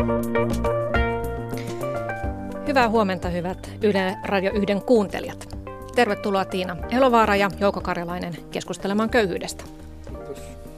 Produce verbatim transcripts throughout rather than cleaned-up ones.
Hyvää huomenta, hyvät Yle Radio yhden kuuntelijat. Tervetuloa Tiina Elovaara ja Jouko Karjalainen keskustelemaan köyhyydestä. Kiitos.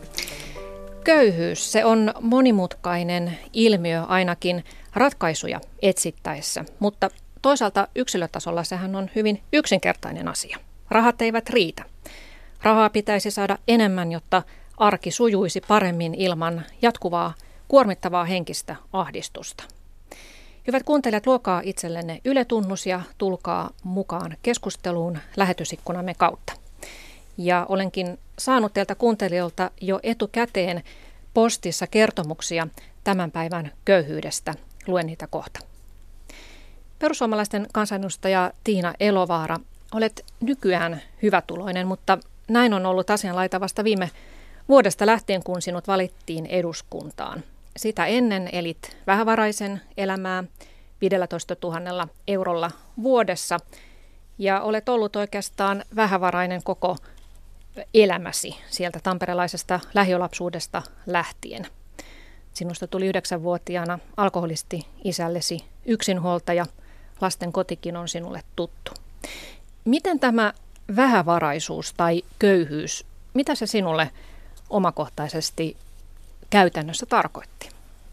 Köyhyys, se on monimutkainen ilmiö ainakin ratkaisuja etsittäessä, mutta toisaalta yksilötasolla sehän on hyvin yksinkertainen asia. Rahat eivät riitä. Rahaa pitäisi saada enemmän, jotta arki sujuisi paremmin ilman jatkuvaa kuormittavaa henkistä ahdistusta. Hyvät kuuntelijat, luokaa itsellenne Yle-tunnus ja tulkaa mukaan keskusteluun lähetysikkunamme kautta. Ja olenkin saanut teiltä kuuntelijoilta jo etukäteen postissa kertomuksia tämän päivän köyhyydestä. Luen niitä kohta. Perussuomalaisten kansanedustaja Tiina Elovaara, olet nykyään hyvätuloinen, mutta näin on ollut asianlaita vasta viime vuodesta lähtien, kun sinut valittiin eduskuntaan. Sitä ennen elit vähävaraisen elämää viidellätoistatuhannella eurolla vuodessa ja olet ollut oikeastaan vähävarainen koko elämäsi sieltä tamperelaisesta lähiölapsuudesta lähtien. Sinusta tuli yhdeksänvuotiaana alkoholisti isällesi yksinhuoltaja, lasten kotikin on sinulle tuttu. Miten tämä vähävaraisuus tai köyhyys, mitä se sinulle omakohtaisesti käytännössä tarkoitti?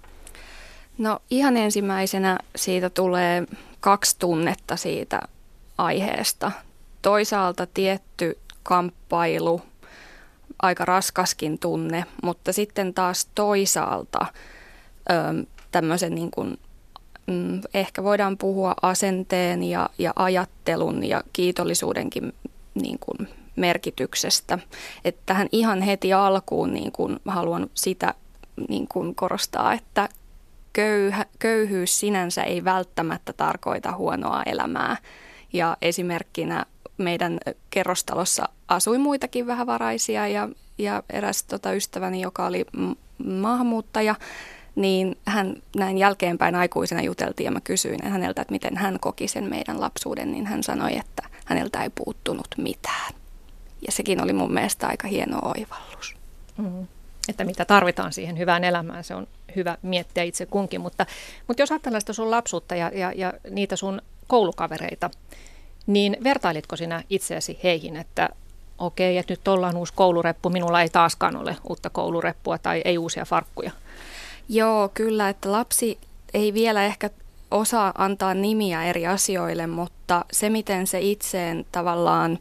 No ihan ensimmäisenä siitä tulee kaksi tunnetta siitä aiheesta. Toisaalta tietty kamppailu, aika raskaskin tunne, mutta sitten taas toisaalta ö, tämmöisen niin kuin, mm, ehkä voidaan puhua asenteen ja, ja ajattelun ja kiitollisuudenkin niin kuin merkityksestä. Että tähän ihan heti alkuun niin kuin haluan sitä niin kuin korostaa, että köyhä, köyhyys sinänsä ei välttämättä tarkoita huonoa elämää. Ja esimerkkinä meidän kerrostalossa asui muitakin vähävaraisia ja, ja eräs tota, ystäväni, joka oli maahanmuuttaja, niin hän näin jälkeenpäin aikuisena juteltiin ja mä kysyin häneltä, että miten hän koki sen meidän lapsuuden, niin hän sanoi, että häneltä ei puuttunut mitään. Ja sekin oli mun mielestä aika hieno oivallus. Mm. Että mitä tarvitaan siihen hyvään elämään, se on hyvä miettiä itse kunkin. Mutta, mutta jos ajatellaan sitä sun lapsuutta ja, ja, ja niitä sun koulukavereita, niin vertailitko sinä itseäsi heihin, että okei, että nyt ollaan uusi koulureppu, minulla ei taaskaan ole uutta koulureppua tai ei uusia farkkuja? Joo, kyllä, että lapsi ei vielä ehkä osaa antaa nimiä eri asioille, mutta se miten se itseen tavallaan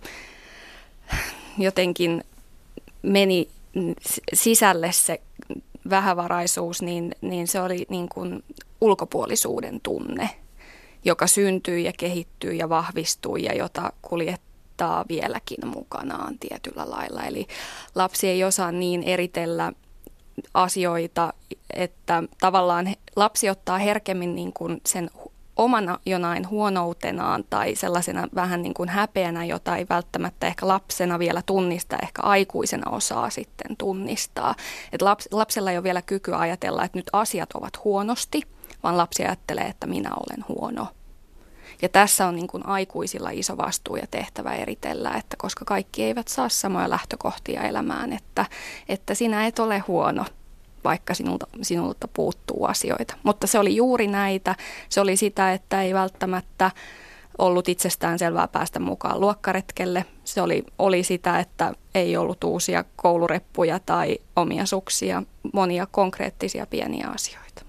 jotenkin meni sisälle se vähävaraisuus, niin, niin se oli niin kuin ulkopuolisuuden tunne, joka syntyy ja kehittyy ja vahvistuu ja jota kuljettaa vieläkin mukanaan tietyllä lailla. Eli lapsi ei osaa niin eritellä asioita, että tavallaan lapsi ottaa herkemmin niin kuin sen omana jonain huonoutenaan tai sellaisena vähän niin kuin häpeänä, jota ei välttämättä ehkä lapsena vielä tunnista, ehkä aikuisena osaa sitten tunnistaa. Et laps, lapsella ei ole vielä kykyä ajatella, että nyt asiat ovat huonosti, vaan lapsi ajattelee, että minä olen huono. Ja tässä on niin kuin aikuisilla iso vastuu ja tehtävä eritellä, että koska kaikki eivät saa samoja lähtökohtia elämään, että, että sinä et ole huono, vaikka sinulta, sinulta puuttuu asioita. Mutta se oli juuri näitä. Se oli sitä, että ei välttämättä ollut itsestään selvää päästä mukaan luokkaretkelle. Se oli, oli sitä, että ei ollut uusia koulureppuja tai omia suksia, monia konkreettisia pieniä asioita.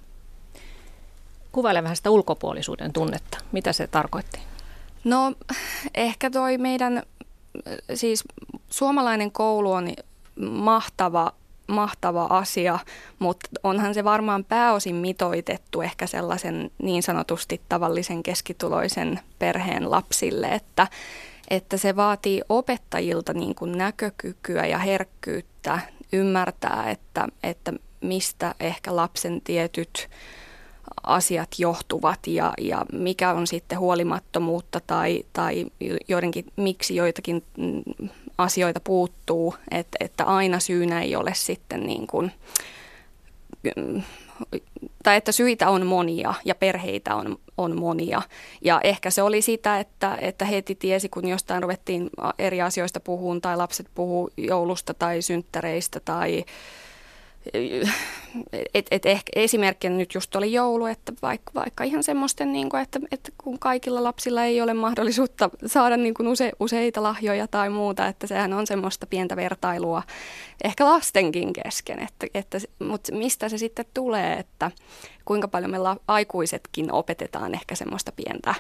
Kuvaile vähän sitä ulkopuolisuuden tunnetta. Mitä se tarkoitti? No ehkä toi meidän, siis suomalainen koulu on mahtava mahtava asia, mutta onhan se varmaan pääosin mitoitettu ehkä sellaisen niin sanotusti tavallisen keskituloisen perheen lapsille, että, että se vaatii opettajilta niin kuin näkökykyä ja herkkyyttä ymmärtää, että, että mistä ehkä lapsen tietyt asiat johtuvat ja, ja mikä on sitten huolimattomuutta tai, tai joidenkin, miksi joitakin asioita puuttuu, että, että aina syynä ei ole sitten niin kuin, tai että syitä on monia ja perheitä on, on monia. Ja ehkä se oli sitä, että, että heti tiesi, kun jostain ruvettiin eri asioista puhumaan tai lapset puhuu joulusta tai synttäreistä tai et, et ehkä esimerkkinä nyt just oli joulu, että vaikka, vaikka ihan semmoisten, niin kuin, että, että kun kaikilla lapsilla ei ole mahdollisuutta saada niin kuin use, useita lahjoja tai muuta, että sehän on semmoista pientä vertailua ehkä lastenkin kesken, että, että, mutta mistä se sitten tulee, että kuinka paljon me la, aikuisetkin opetetaan ehkä semmoista pientä,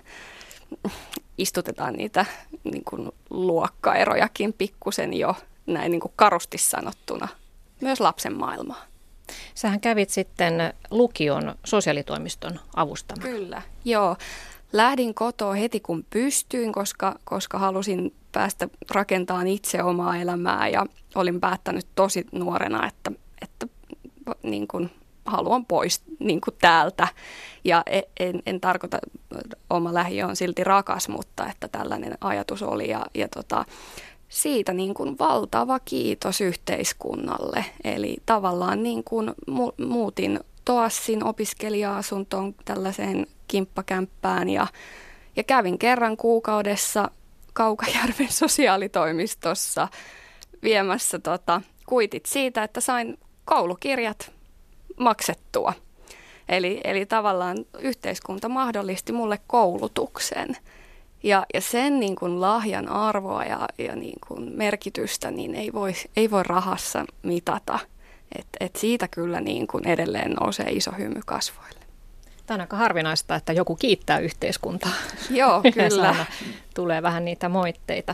istutetaan niitä niin kuin luokkaerojakin pikkusen jo näin niin kuin karusti sanottuna myös lapsen maailmaa. Sähän kävit sitten lukion sosiaalitoimiston avustamana. Kyllä, joo. Lähdin kotoa heti kun pystyin, koska, koska halusin päästä rakentamaan itse omaa elämää ja olin päättänyt tosi nuorena, että, että niin kuin haluan pois niin kuin täältä. Ja en, en tarkoita, oma lähiö on silti rakas, mutta että tällainen ajatus oli ja, ja tota, siitä niin kuin valtava kiitos yhteiskunnalle. Eli tavallaan niin kuin mu- muutin Toassin opiskelija-asuntoon tällaiseen kimppakämppään ja, ja kävin kerran kuukaudessa Kaukajärven sosiaalitoimistossa viemässä tota, kuitit siitä, että sain koulukirjat maksettua. Eli, eli tavallaan yhteiskunta mahdollisti mulle koulutuksen. Ja, ja sen niin kuin lahjan arvoa ja, ja niin kuin merkitystä niin ei voi, ei voi rahassa mitata. Et, et siitä kyllä niin kuin edelleen nousee iso hymy kasvoille. Tämä on aika harvinaista, että joku kiittää yhteiskuntaa. Joo, kyllä. Tulee vähän niitä moitteita.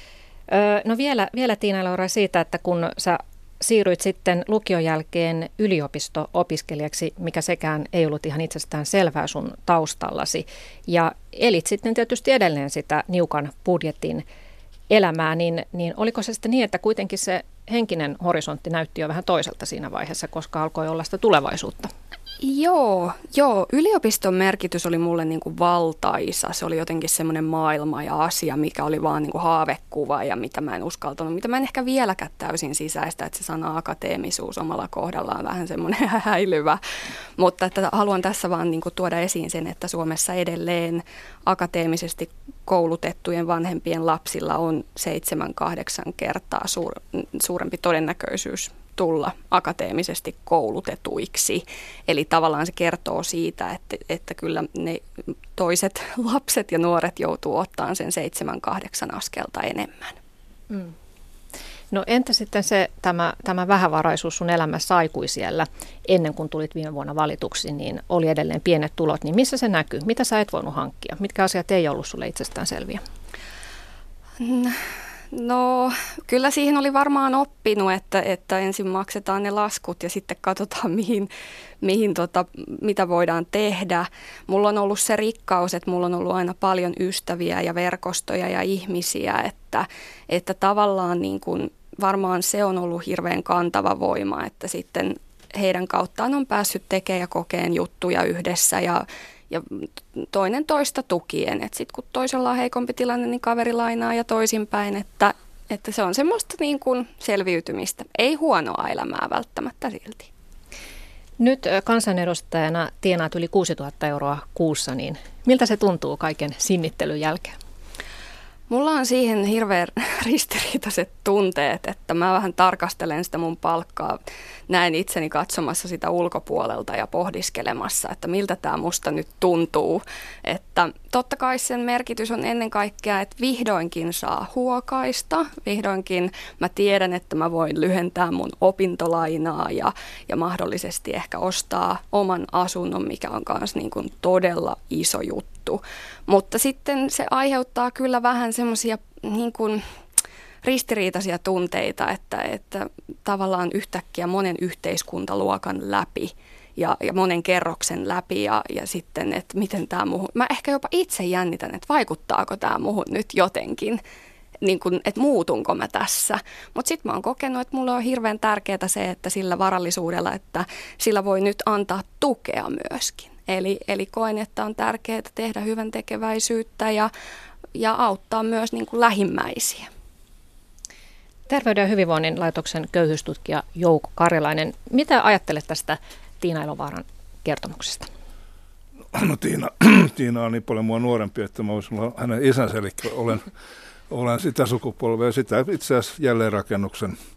Öö, no vielä, vielä Tiina-Laura siitä, että kun sä siirryit sitten lukion jälkeen yliopisto-opiskelijaksi, mikä sekään ei ollut ihan itsestään selvää sun taustallasi. Ja elit sitten tietysti edelleen sitä niukan budjetin elämää, niin, niin oliko se sitten niin, että kuitenkin se henkinen horisontti näytti jo vähän toiselta siinä vaiheessa, koska alkoi olla sitä tulevaisuutta? Joo, joo. Yliopiston merkitys oli mulle niin kuin valtaisa. Se oli jotenkin semmoinen maailma ja asia, mikä oli vaan niin kuin haavekuva ja mitä mä en uskaltanut, mitä mä en ehkä vieläkään täysin sisäistä, että se sana akateemisuus omalla kohdallaan vähän semmoinen häilyvä. Mutta että haluan tässä vaan niin kuin tuoda esiin sen, että Suomessa edelleen akateemisesti koulutettujen vanhempien lapsilla on seitsemän, kahdeksan kertaa suur, suurempi todennäköisyys tulla akateemisesti koulutetuiksi. Eli tavallaan se kertoo siitä, että, että kyllä ne toiset lapset ja nuoret joutuu ottamaan sen seitsemän, kahdeksan askelta enemmän. Mm. No entä sitten se, tämä, tämä vähävaraisuus sun elämässä aikuisiellä ennen kuin tulit viime vuonna valituksi, niin oli edelleen pienet tulot, niin missä se näkyy? Mitä sä et voinut hankkia? Mitkä asiat ei ollut sulle itsestäänselviä? No kyllä siihen oli varmaan oppinut, että, että ensin maksetaan ne laskut ja sitten katsotaan mihin, mihin tota, mitä voidaan tehdä. Mulla on ollut se rikkaus, että mulla on ollut aina paljon ystäviä ja verkostoja ja ihmisiä, että, että tavallaan niin kuin, varmaan se on ollut hirveän kantava voima, että sitten heidän kauttaan on päässyt tekemään ja kokeen juttuja yhdessä ja Ja toinen toista tukien, että sitten kun toisella on heikompi tilanne, niin kaveri lainaa ja toisinpäin, että, että se on semmoista niin kuin selviytymistä. Ei huonoa elämää välttämättä silti. Nyt kansanedustajana tienaat yli kuusituhatta euroa kuussa, niin miltä se tuntuu kaiken sinnittelyn jälkeen? Mulla on siihen hirveän ristiriitaiset tunteet, että mä vähän tarkastelen sitä mun palkkaa, näen itseni katsomassa sitä ulkopuolelta ja pohdiskelemassa, että miltä tämä musta nyt tuntuu. Että totta kai sen merkitys on ennen kaikkea, että vihdoinkin saa huokaista, vihdoinkin mä tiedän, että mä voin lyhentää mun opintolainaa ja, ja mahdollisesti ehkä ostaa oman asunnon, mikä on myös niin kuin todella iso juttu. Mutta sitten se aiheuttaa kyllä vähän semmoisia niin kuin ristiriitaisia tunteita, että, että tavallaan yhtäkkiä monen yhteiskuntaluokan läpi ja, ja monen kerroksen läpi ja, ja sitten, että miten tämä muuhun, mä ehkä jopa itse jännitän, että vaikuttaako tämä muuhun nyt jotenkin, niin kuin, että muutunko mä tässä. Mutta sitten mä oon kokenut, että mulle on hirveän tärkeää se, että sillä varallisuudella, että sillä voi nyt antaa tukea myöskin. Eli, eli koen, että on tärkeää tehdä hyvän tekeväisyyttä ja, ja auttaa myös niin kuin lähimmäisiä. Terveyden ja hyvinvoinnin laitoksen köyhyystutkija Jouko Karjalainen. Mitä ajattelet tästä Tiina Elovaaran kertomuksesta? No Tiina, Tiina on niin paljon mua nuorempi, että mä voisin olla hänen isänsä, eli olen, olen sitä sukupolvea, sitä itse asiassa jälleenrakennuksen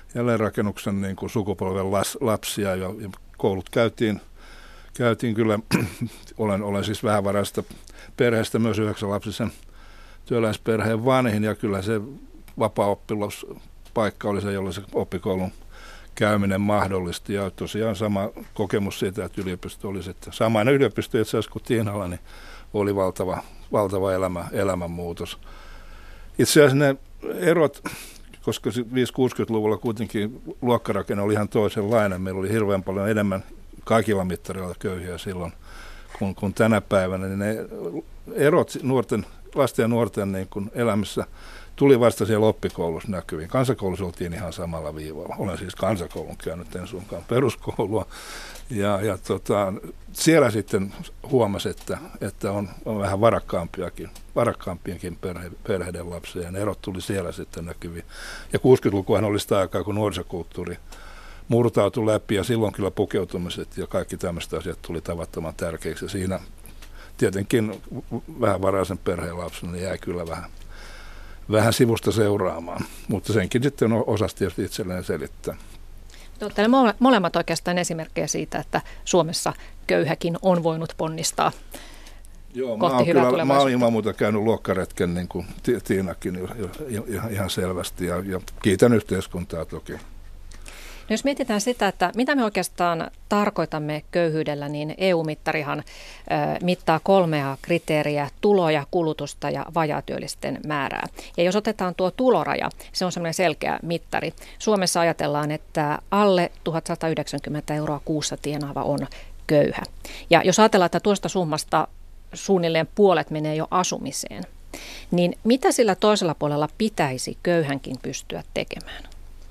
jälleenrakennuksen niin kuin sukupolven las, lapsia ja, ja koulut käytiin, käytiin kyllä, olen, olen siis vähävaraista perheestä myös yhdeksänlapsisen työläisperheen vanhin ja kyllä se vapaa-oppilaspaikka oli se, jolla se oppikoulun käyminen mahdollisti ja tosiaan sama kokemus siitä, että yliopisto oli sitten samainen yliopisto itse asiassa kuin Tiinalla, niin oli valtava, valtava elämä, elämänmuutos. Itse asiassa ne erot, koska viisikymmentä-kuusikymmentäluvulla kuitenkin luokkarakenne oli ihan toisenlainen, meillä oli hirveän paljon enemmän kaikilla mittareilla köyhiä silloin kuin, kuin tänä päivänä, niin ne erot nuorten, lasten ja nuorten niin kuin elämässä tuli vasta siellä oppikoulussa näkyviin. Kansakoulussa oltiin ihan samalla viivalla. Olen siis kansakoulun käynyt, en suinkaan peruskoulua. Ja, ja tota, siellä sitten huomasi, että, että on, on vähän varakkaampiakin, varakkaampienkin perhe, perheiden lapsia. Ja ne erot tuli siellä sitten näkyviin. Ja kuusikymmentälukuhan oli sitä aikaa, kun nuorisokulttuuri murtautui läpi. Ja silloin kyllä pukeutumiset ja kaikki tämmöiset asiat tuli tavattoman tärkeiksi. Ja siinä tietenkin vähän varaisen perheen lapsena niin jäi kyllä vähän. vähän sivusta seuraamaan, mutta senkin sitten osasi tietysti itselleen selittää. Olette molemmat oikeastaan esimerkkejä siitä, että Suomessa köyhäkin on voinut ponnistaa Joo, kohti mä hyvää kyllä, tulevaisuutta. mä olen ilman muuta käynyt luokkaretken niin kuin Tiinakin ihan selvästi ja, ja kiitän yhteiskuntaa toki. No jos mietitään sitä, että mitä me oikeastaan tarkoitamme köyhyydellä, niin E U-mittarihan ö, mittaa kolmea kriteeriä, tuloja, kulutusta ja vajaatyöllisten määrää. Ja jos otetaan tuo tuloraja, se on semmoinen selkeä mittari. Suomessa ajatellaan, että alle tuhatsatayhdeksänkymmentä euroa kuussa tienaava on köyhä. Ja jos ajatellaan, että tuosta summasta suunnilleen puolet menee jo asumiseen, niin mitä sillä toisella puolella pitäisi köyhänkin pystyä tekemään?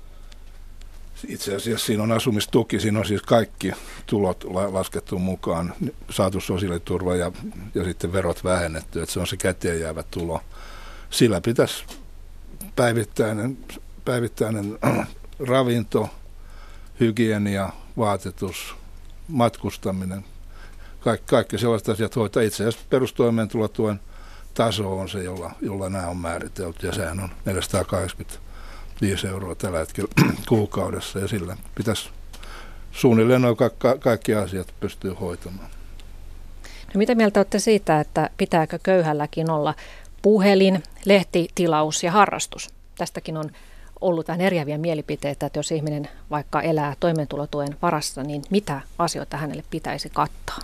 Itse asiassa siinä on asumistuki, siinä on siis kaikki tulot laskettu mukaan, saatu sosiaaliturva ja, ja sitten verot vähennetty, että se on se käteen jäävä tulo. Sillä pitäisi päivittäinen, päivittäinen ravinto, hygienia, vaatetus, matkustaminen, kaikki, kaikki sellaiset asiat hoitaa. Itse asiassa perustoimeentulotuen taso on se, jolla, jolla nämä on määritelty ja sehän on neljäsataakahdeksankymmentä. viisi euroa tällä hetkellä kuukaudessa ja sillä pitäisi suunnilleen noin ka- ka- kaikki asiat pystyä hoitamaan. No mitä mieltä olette siitä, että pitääkö köyhälläkin olla puhelin, lehtitilaus ja harrastus? Tästäkin on ollut vähän eriäviä mielipiteitä, että jos ihminen vaikka elää toimeentulotuen varassa, niin mitä asioita hänelle pitäisi kattaa?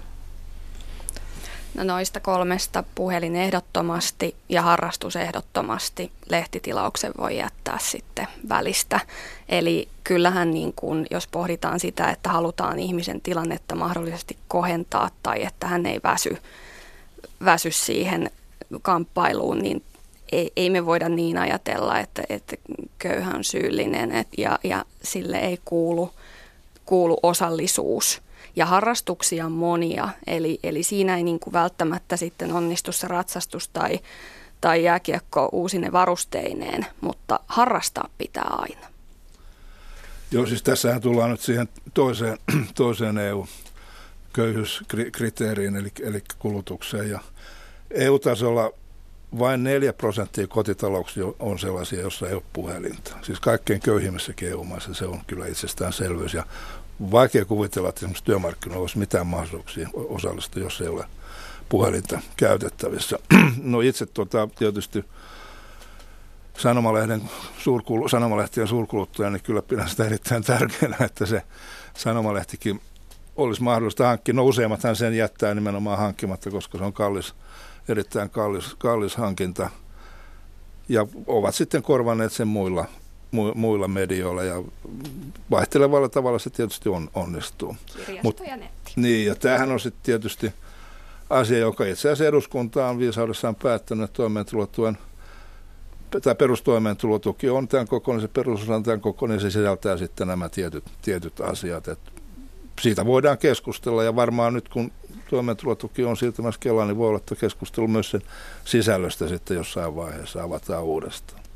No noista kolmesta puhelin ehdottomasti ja harrastus ehdottomasti, lehtitilauksen voi jättää sitten välistä. Eli kyllähän niin kuin, jos pohditaan sitä, että halutaan ihmisen tilannetta mahdollisesti kohentaa tai että hän ei väsy, väsy siihen kamppailuun, niin ei, ei me voida niin ajatella, että, että köyhä on syyllinen et, ja, ja sille ei kuulu, kuulu osallisuus. Ja harrastuksia on monia, eli, eli siinä ei niin kuin välttämättä sitten onnistu se ratsastus tai, tai jääkiekko uusine varusteineen, mutta harrastaa pitää aina. Joo, siis tässähän tullaan nyt siihen toiseen, toiseen E U-köyhyyskriteeriin, eli, eli kulutukseen. Ja E U-tasolla vain neljä prosenttia kotitalouksia on sellaisia, joissa ei ole puhelinta. Siis kaikkein köyhimmissäkin E U-maissa se on kyllä itsestäänselvyys. Ja vaikea kuvitella, että esimerkiksi työmarkkinoilla olisi mitään mahdollisuuksia osallistua, jos ei ole puhelinta käytettävissä. No itse tuota, tietysti sanomalehden suurkulu, sanomalehtien suurkuluttaja, niin kyllä pidän sitä erittäin tärkeänä, että se sanomalehtikin olisi mahdollista hankkia. No useimmathan sen jättää nimenomaan hankkimatta, koska se on kallis, erittäin kallis, kallis hankinta. Ja ovat sitten korvanneet sen muilla muilla medioilla ja vaihtelevalla tavalla se tietysti on, onnistuu. Kirjasto Mut, ja netti. Niin, ja tämähän on sitten tietysti asia, joka itse asiassa eduskunta on viisaudessaan päättänyt, että toimeentulotuen, tämä perustoimeentulotuki on tämän kokoinen, se perusosa on tämän kokoinen, se sisältää sitten nämä tietyt, tietyt asiat. Et siitä voidaan keskustella ja varmaan nyt kun toimeentulotuki on siirtymässä Kelaan, niin voi olla keskustelu myös sen sisällöstä sitten jossain vaiheessa avataan uudestaan.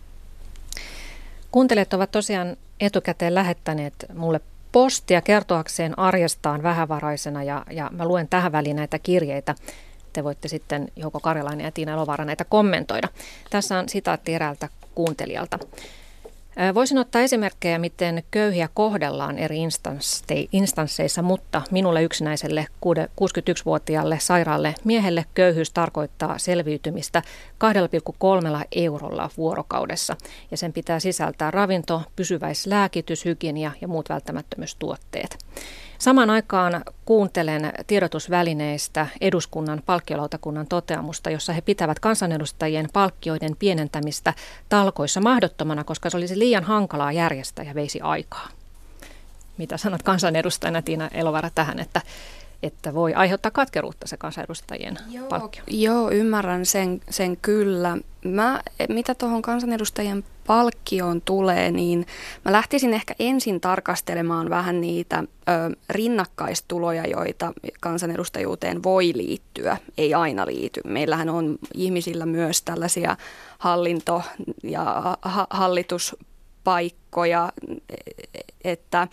Kuuntelijat ovat tosiaan etukäteen lähettäneet mulle postia kertoakseen arjestaan vähävaraisena ja, ja mä luen tähän väliin näitä kirjeitä. Te voitte sitten Jouko Karjalainen ja Tiina Elovaara näitä kommentoida. Tässä on sitaatti eräältä kuuntelijalta. Voisin ottaa esimerkkejä, miten köyhiä kohdellaan eri instansseissa, mutta minulle yksinäiselle kuusikymmentäyksivuotiaalle sairaalle miehelle köyhyys tarkoittaa selviytymistä kaksi pilkku kolme eurolla vuorokaudessa. Ja sen pitää sisältää ravinto, pysyväislääkitys, hygienia ja muut välttämättömyystuotteet. Samaan aikaan kuuntelen tiedotusvälineistä eduskunnan palkkiolautakunnan toteamusta, jossa he pitävät kansanedustajien palkkioiden pienentämistä talkoissa mahdottomana, koska se olisi liian hankalaa järjestää ja veisi aikaa. Mitä sanot kansanedustajana, Tiina Elovaara, tähän, että, että voi aiheuttaa katkeruutta se kansanedustajien joo, palkkio? Joo, ymmärrän sen, sen kyllä. Mä, mitä tuohon kansanedustajien palkkioon tulee, niin mä lähtisin ehkä ensin tarkastelemaan vähän niitä ö, rinnakkaistuloja, joita kansanedustajuuteen voi liittyä, ei aina liity. Meillähän on ihmisillä myös tällaisia hallinto- ja ha- hallituspaikkoja, että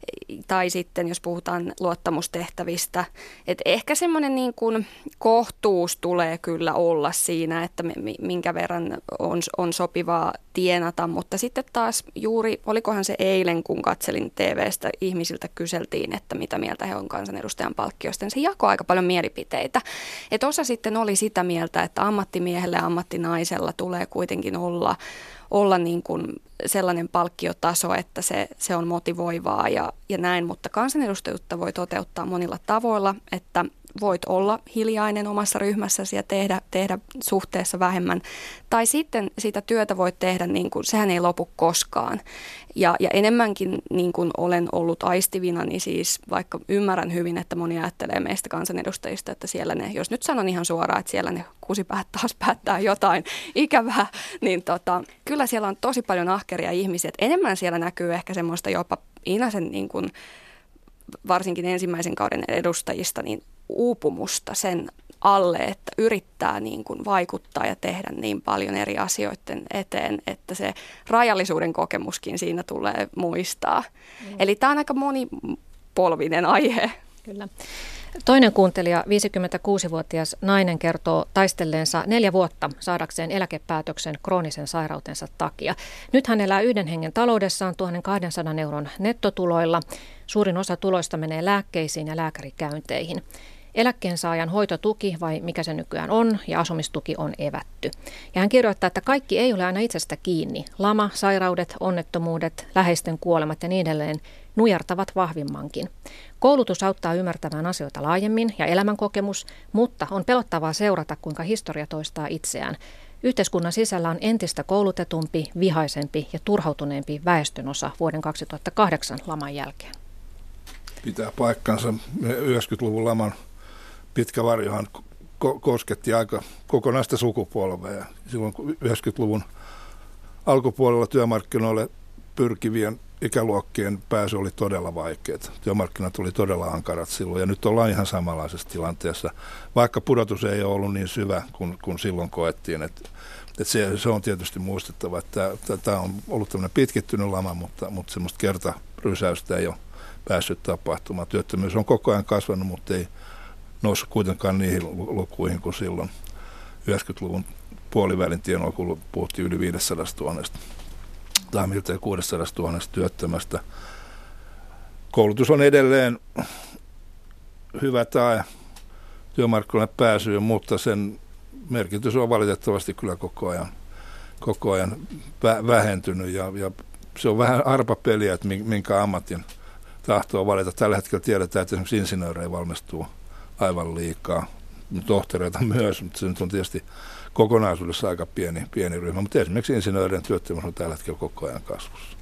tai sitten jos puhutaan luottamustehtävistä, että ehkä semmoinen niin kuin kohtuus tulee kyllä olla siinä, että minkä verran on, on sopivaa tienata, mutta sitten taas juuri, olikohan se eilen, kun katselin T V:stä, ihmisiltä kyseltiin, että mitä mieltä he on kansanedustajan palkkiosta, niin se jakoi aika paljon mielipiteitä. Että osa sitten oli sitä mieltä, että ammattimiehellä ja ammattinaisella tulee kuitenkin olla olla niin kuin sellainen palkkiotaso, että se, se on motivoivaa ja, ja näin, mutta kansanedustajuutta voi toteuttaa monilla tavoilla, että voit olla hiljainen omassa ryhmässäsi ja tehdä, tehdä suhteessa vähemmän. Tai sitten sitä työtä voit tehdä, niin kuin, sehän ei lopu koskaan. Ja, ja enemmänkin niin kuin olen ollut aistivina, niin siis vaikka ymmärrän hyvin, että moni ajattelee meistä kansanedustajista, että siellä ne, jos nyt sanon ihan suoraan, että siellä ne kusipäät taas päättää jotain ikävää, niin tota, kyllä siellä on tosi paljon ahkeria ihmisiä. Enemmän siellä näkyy ehkä semmoista jopa Iinasen niin kuin, varsinkin ensimmäisen kauden edustajista, niin uupumusta sen alle, että yrittää niin kuin vaikuttaa ja tehdä niin paljon eri asioiden eteen, että se rajallisuuden kokemuskin siinä tulee muistaa. Mm. Eli tämä on aika monipolvinen aihe. Kyllä. Toinen kuuntelija, viisikymmentäkuusivuotias nainen, kertoo taistelleensa neljä vuotta saadakseen eläkepäätöksen kroonisen sairautensa takia. Nyt hän elää yhden hengen taloudessaan tuhatkaksisataa euron nettotuloilla. Suurin osa tuloista menee lääkkeisiin ja lääkärikäynteihin. Eläkkeensaajan hoitotuki, vai mikä se nykyään on, ja asumistuki on evätty. Ja hän kirjoittaa, että kaikki ei ole aina itsestä kiinni. Lama, sairaudet, onnettomuudet, läheisten kuolemat ja niin edelleen nujertavat vahvimmankin. Koulutus auttaa ymmärtämään asioita laajemmin ja elämänkokemus, mutta on pelottavaa seurata, kuinka historia toistaa itseään. Yhteiskunnan sisällä on entistä koulutetumpi, vihaisempi ja turhautuneempi väestönosa vuoden kaksituhattakahdeksan laman jälkeen. Pitää paikkansa. yhdeksänkymmentäluvun laman pitkä varjohan ko- kosketti aika kokonaista sukupolvea. Silloin yhdeksänkymmentäluvun alkupuolella työmarkkinoille pyrkivien ikäluokkien pääsy oli todella vaikeaa. Työmarkkinat oli todella ankarat silloin ja nyt ollaan ihan samanlaisessa tilanteessa, vaikka pudotus ei ole ollut niin syvä kuin, kuin silloin koettiin. Et, et se, se on tietysti muistettava, että tämä on ollut tämmöinen pitkittynyt lama, mutta, mutta semmoista kertarysäystä ei ole päässyt tapahtumaan. Työttömyys on koko ajan kasvanut, mutta ei noussut kuitenkaan niihin lukuihin kuin silloin yhdeksänkymmentäluvun puolivälin tienoilla, kun puhuttiin yli viisisataatuhatta tai miltei kuusisataatuhatta työttömästä. Koulutus on edelleen hyvä tae työmarkkinoille pääsyyn, mutta sen merkitys on valitettavasti kyllä koko ajan, koko ajan vä- vähentynyt ja, ja se on vähän arpapeliä, että minkä ammatin tahtoo valita. Tällä hetkellä tiedetään, että esimerkiksi insinöörejä valmistuu aivan liikaa, tohtoreita myös, mutta se nyt on tietysti kokonaisuudessa aika pieni, pieni ryhmä, mutta esimerkiksi insinöörien työttömyys on tällä hetkellä koko ajan kasvussa.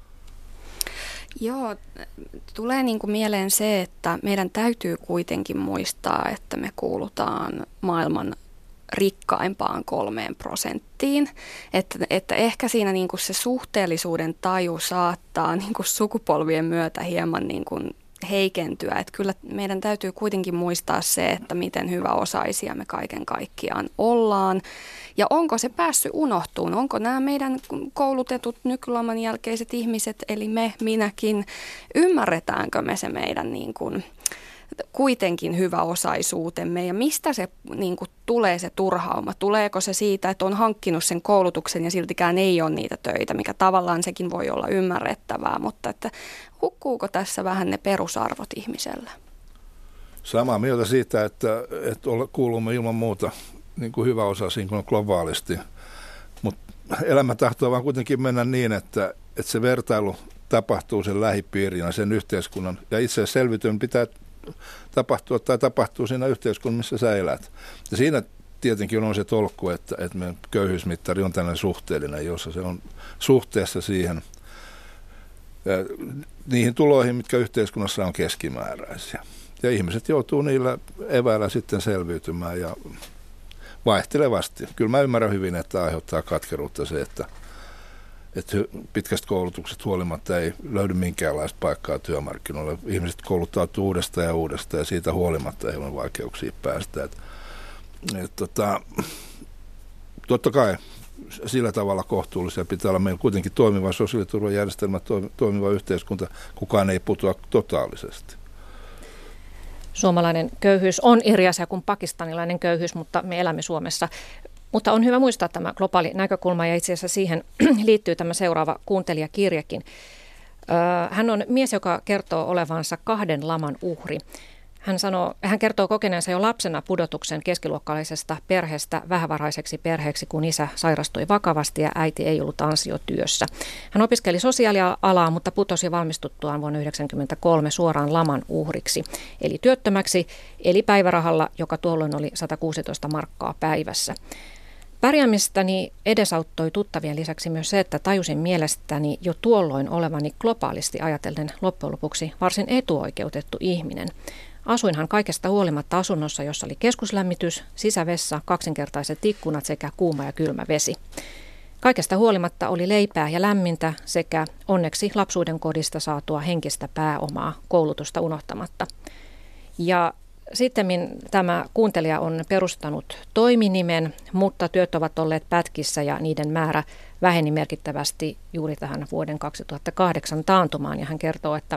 Joo, tulee niin kuin mieleen se, että meidän täytyy kuitenkin muistaa, että me kuulutaan maailman rikkaimpaan kolmeen prosenttiin, että, että ehkä siinä niin kuin se suhteellisuuden taju saattaa niin kuin sukupolvien myötä hieman niin kuin heikentyä, että kyllä meidän täytyy kuitenkin muistaa se, että miten hyväosaisia me kaiken kaikkiaan ollaan ja onko se päässyt unohtumaan, onko nämä meidän koulutetut nykylaman jälkeiset ihmiset, eli me, minäkin, ymmärretäänkö me se meidän niin kuin kuitenkin hyväosaisuutemme ja mistä se niin kuin, tulee se turhauma? Tuleeko se siitä, että on hankkinut sen koulutuksen ja siltikään ei ole niitä töitä, mikä tavallaan sekin voi olla ymmärrettävää, mutta että hukkuuko tässä vähän ne perusarvot ihmisellä? Samaa mieltä siitä, että, että kuulumme ilman muuta niin kuin hyväosaisiin kuin globaalisti, mutta elämä tahtoo vaan kuitenkin mennä niin, että, että se vertailu tapahtuu sen lähipiirin ja sen yhteiskunnan, ja itse asiassa selvityn pitää tapahtua tai tapahtuu siinä yhteiskunnassa, missä sä elät. Ja siinä tietenkin on se tolkku, että, että meidän köyhyysmittari on tällainen suhteellinen, jossa se on suhteessa siihen, niihin tuloihin, mitkä yhteiskunnassa on keskimääräisiä. Ja ihmiset joutuu niillä eväillä sitten selviytymään ja vaihtelevasti. Kyllä mä ymmärrän hyvin, että aiheuttaa katkeruutta se, että, että pitkästä koulutuksesta huolimatta ei löydy minkäänlaista paikkaa työmarkkinoille. Ihmiset kouluttautuu uudestaan ja uudestaan ja siitä huolimatta ei ole vaikeuksia päästä. Et, et, tota, totta kai sillä tavalla kohtuullisia pitää olla meillä kuitenkin toimiva sosiaaliturvajärjestelmä, toimiva yhteiskunta. Kukaan ei putoa totaalisesti. Suomalainen köyhyys on eri asia kuin pakistanilainen köyhyys, mutta me elämme Suomessa. Mutta on hyvä muistaa tämä globaali näkökulma ja itse asiassa siihen liittyy tämä seuraava kuuntelijakirjekin. Hän on mies, joka kertoo olevansa kahden laman uhri. Hän, sanoo, hän kertoo kokeneensa jo lapsena pudotuksen keskiluokkalaisesta perheestä vähävaraiseksi perheeksi, kun isä sairastui vakavasti ja äiti ei ollut ansiotyössä. Hän opiskeli sosiaalialaa, mutta putosi valmistuttuaan vuonna yhdeksänkymmentäkolme suoraan laman uhriksi, eli työttömäksi, eli päivärahalla, joka tuolloin oli sata kuusitoista markkaa päivässä. Pärjäämistäni edesauttoi tuttavien lisäksi myös se, että tajusin mielestäni jo tuolloin olevani globaalisti ajatellen loppujen lopuksi varsin etuoikeutettu ihminen. Asuinhan kaikesta huolimatta asunnossa, jossa oli keskuslämmitys, sisävessa, kaksinkertaiset ikkunat sekä kuuma ja kylmä vesi. Kaikesta huolimatta oli leipää ja lämmintä sekä onneksi lapsuuden kodista saatua henkistä pääomaa koulutusta unohtamatta. Ja sittemmin tämä kuuntelija on perustanut toiminimen, mutta työt ovat olleet pätkissä ja niiden määrä väheni merkittävästi juuri tähän vuoden kaksituhattakahdeksan taantumaan. Ja hän kertoo, että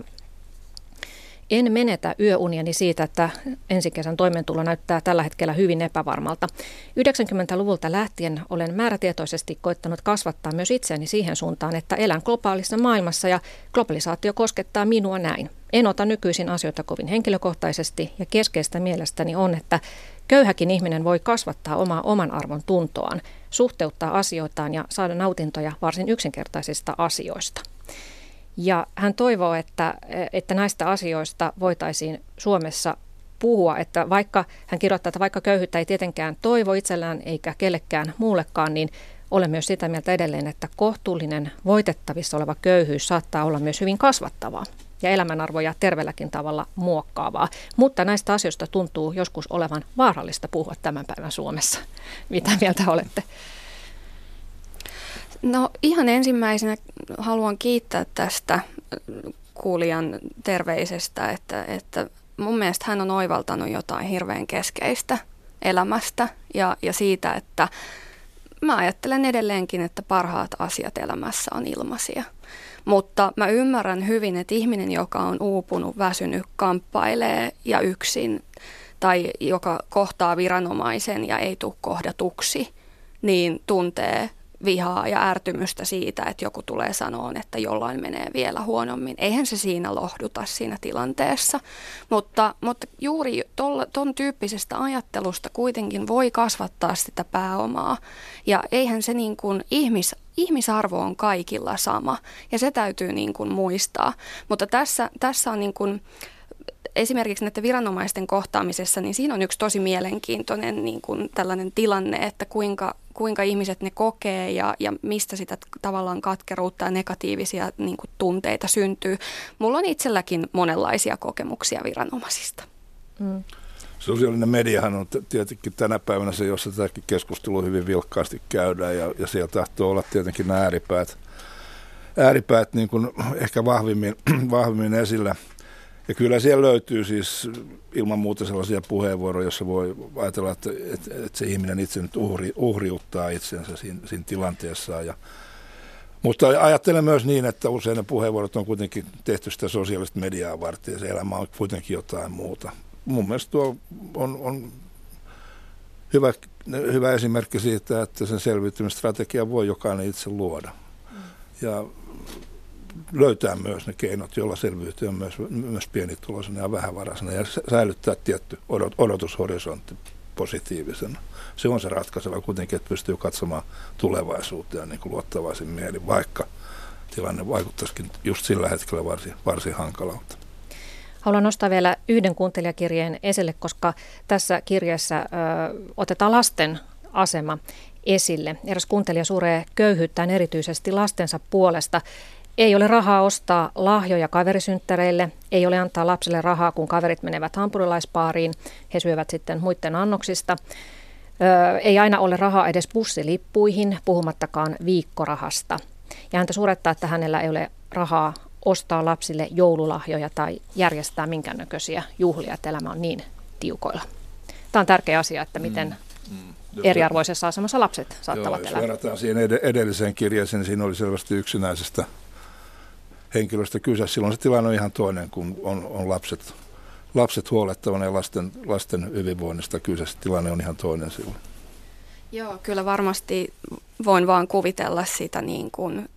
en menetä yöuniani siitä, että ensi kesän toimeentulo näyttää tällä hetkellä hyvin epävarmalta. yhdeksänkymmentäluvulta lähtien olen määrätietoisesti koittanut kasvattaa myös itseäni siihen suuntaan, että elän globaalissa maailmassa ja globalisaatio koskettaa minua näin. En ota nykyisin asioita kovin henkilökohtaisesti ja keskeistä mielestäni on, että köyhäkin ihminen voi kasvattaa omaa oman arvon tuntoaan, suhteuttaa asioitaan ja saada nautintoja varsin yksinkertaisista asioista. Ja hän toivoo, että, että näistä asioista voitaisiin Suomessa puhua, että vaikka hän kirjoittaa, että vaikka köyhyyttä ei tietenkään toivo itsellään eikä kellekään muullekaan, niin olen myös sitä mieltä edelleen, että kohtuullinen voitettavissa oleva köyhyys saattaa olla myös hyvin kasvattavaa ja elämänarvoja terveelläkin tavalla muokkaavaa. Mutta näistä asioista tuntuu joskus olevan vaarallista puhua tämän päivän Suomessa. Mitä mieltä olette? No ihan ensimmäisenä haluan kiittää tästä kuulijan terveisestä, että, että mun mielestä hän on oivaltanut jotain hirveän keskeistä elämästä ja, ja siitä, että mä ajattelen edelleenkin, että parhaat asiat elämässä on ilmaisia. Mutta mä ymmärrän hyvin, että ihminen, joka on uupunut, väsynyt, kamppailee ja yksin tai joka kohtaa viranomaisen ja ei tule kohdatuksi, niin tuntee vihaa ja ärtymystä siitä, että joku tulee sanoon, että jollain menee vielä huonommin. Eihän se siinä lohduta siinä tilanteessa, mutta, mutta juuri tuon tyyppisestä ajattelusta kuitenkin voi kasvattaa sitä pääomaa. Ja eihän se niin kuin ihmis, ihmisarvo on kaikilla sama ja se täytyy niin kuin muistaa. Mutta tässä, tässä on niin kuin esimerkiksi näiden viranomaisten kohtaamisessa, niin siinä on yksi tosi mielenkiintoinen niin kuin tällainen tilanne, että kuinka, kuinka ihmiset ne kokee ja, ja mistä sitä tavallaan katkeruutta ja negatiivisia niin kuin tunteita syntyy. Mulla on itselläkin monenlaisia kokemuksia viranomaisista. Mm. Sosiaalinen mediahan on tietenkin tänä päivänä se, jossa tätäkin keskustelua hyvin vilkkaasti käydään ja, ja siellä tahtoo olla tietenkin nämä ääripäät, ääripäät niin kuin ehkä vahvimmin, vahvimmin esillä. Ja kyllä siellä löytyy siis ilman muuta sellaisia puheenvuoroja, joissa voi ajatella, että, että, että se ihminen itse nyt uhri, uhriuttaa itsensä siinä, siinä tilanteessaan. Ja, mutta ajattelen myös niin, että usein ne puheenvuorot on kuitenkin tehty sitä sosiaalista mediaa varten ja se elämä on kuitenkin jotain muuta. mun mielestä tuo on, on hyvä, hyvä esimerkki siitä, että sen selviytymistrategia voi jokainen itse luoda. Mm. Ja löytää myös ne keinot, joilla selviytyy myös, myös pienituloisena ja vähävaraisena ja säilyttää tietty odot, odotushorisontti positiivisena. Se on se ratkaiseva kuitenkin, että pystyy katsomaan tulevaisuuteen niin kuin luottavaisin mielin, vaikka tilanne vaikuttaisikin just sillä hetkellä varsin, varsin hankalalta. Haluan nostaa vielä yhden kuuntelijakirjeen esille, koska tässä kirjassa ö, otetaan lasten asema esille. Eräs kuuntelija suree köyhyyttään erityisesti lastensa puolesta. Ei ole rahaa ostaa lahjoja kaverisynttäreille, ei ole antaa lapsille rahaa, kun kaverit menevät hampurilaisbaariin, he syövät sitten muiden annoksista. Ö, ei aina ole rahaa edes bussilippuihin, puhumattakaan viikkorahasta. Ja häntä surettaa, että hänellä ei ole rahaa ostaa lapsille joululahjoja tai järjestää minkäännäköisiä juhlia, että elämä on niin tiukoilla. Tämä on tärkeä asia, että miten mm, mm. eriarvoisessa asemassa lapset saattavat joo, elää. Jos verrataan siihen ed- edelliseen kirjeeseen, niin siinä oli selvästi yksinäisestä henkilöstä kyse. Silloin se tilanne on ihan toinen, kun on, on lapset, lapset huolettavana ja lasten, lasten hyvinvoinnista kyse. Tilanne on ihan toinen silloin. Joo, kyllä varmasti voin vaan kuvitella sitä niin kuin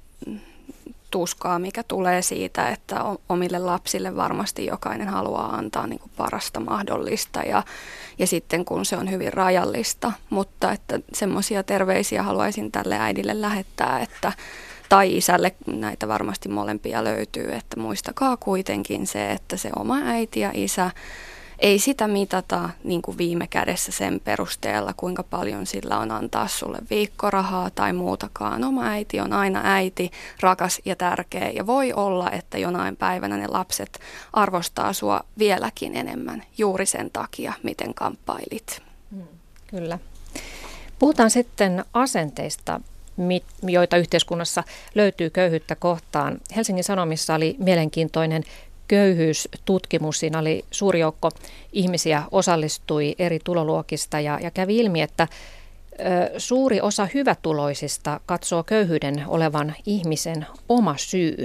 tuskaa, mikä tulee siitä, että omille lapsille varmasti jokainen haluaa antaa niin kuin parasta mahdollista ja, ja sitten kun se on hyvin rajallista, mutta että semmoisia terveisiä haluaisin tälle äidille lähettää, että tai isälle, näitä varmasti molempia löytyy, että muistakaa kuitenkin se, että se oma äiti ja isä, ei sitä mitata niin kuin viime kädessä sen perusteella, kuinka paljon sillä on antaa sulle viikkorahaa tai muutakaan. Oma äiti on aina äiti, rakas ja tärkeä ja voi olla, että jonain päivänä ne lapset arvostaa sua vieläkin enemmän juuri sen takia, miten kamppailit. Hmm, kyllä. Puhutaan sitten asenteista, joita yhteiskunnassa löytyy köyhyyttä kohtaan. Helsingin Sanomissa oli mielenkiintoinen köyhyystutkimus. Siinä oli suuri joukko ihmisiä, osallistui eri tuloluokista ja, ja kävi ilmi, että ö, suuri osa hyvätuloisista katsoo köyhyyden olevan ihmisen oma syy.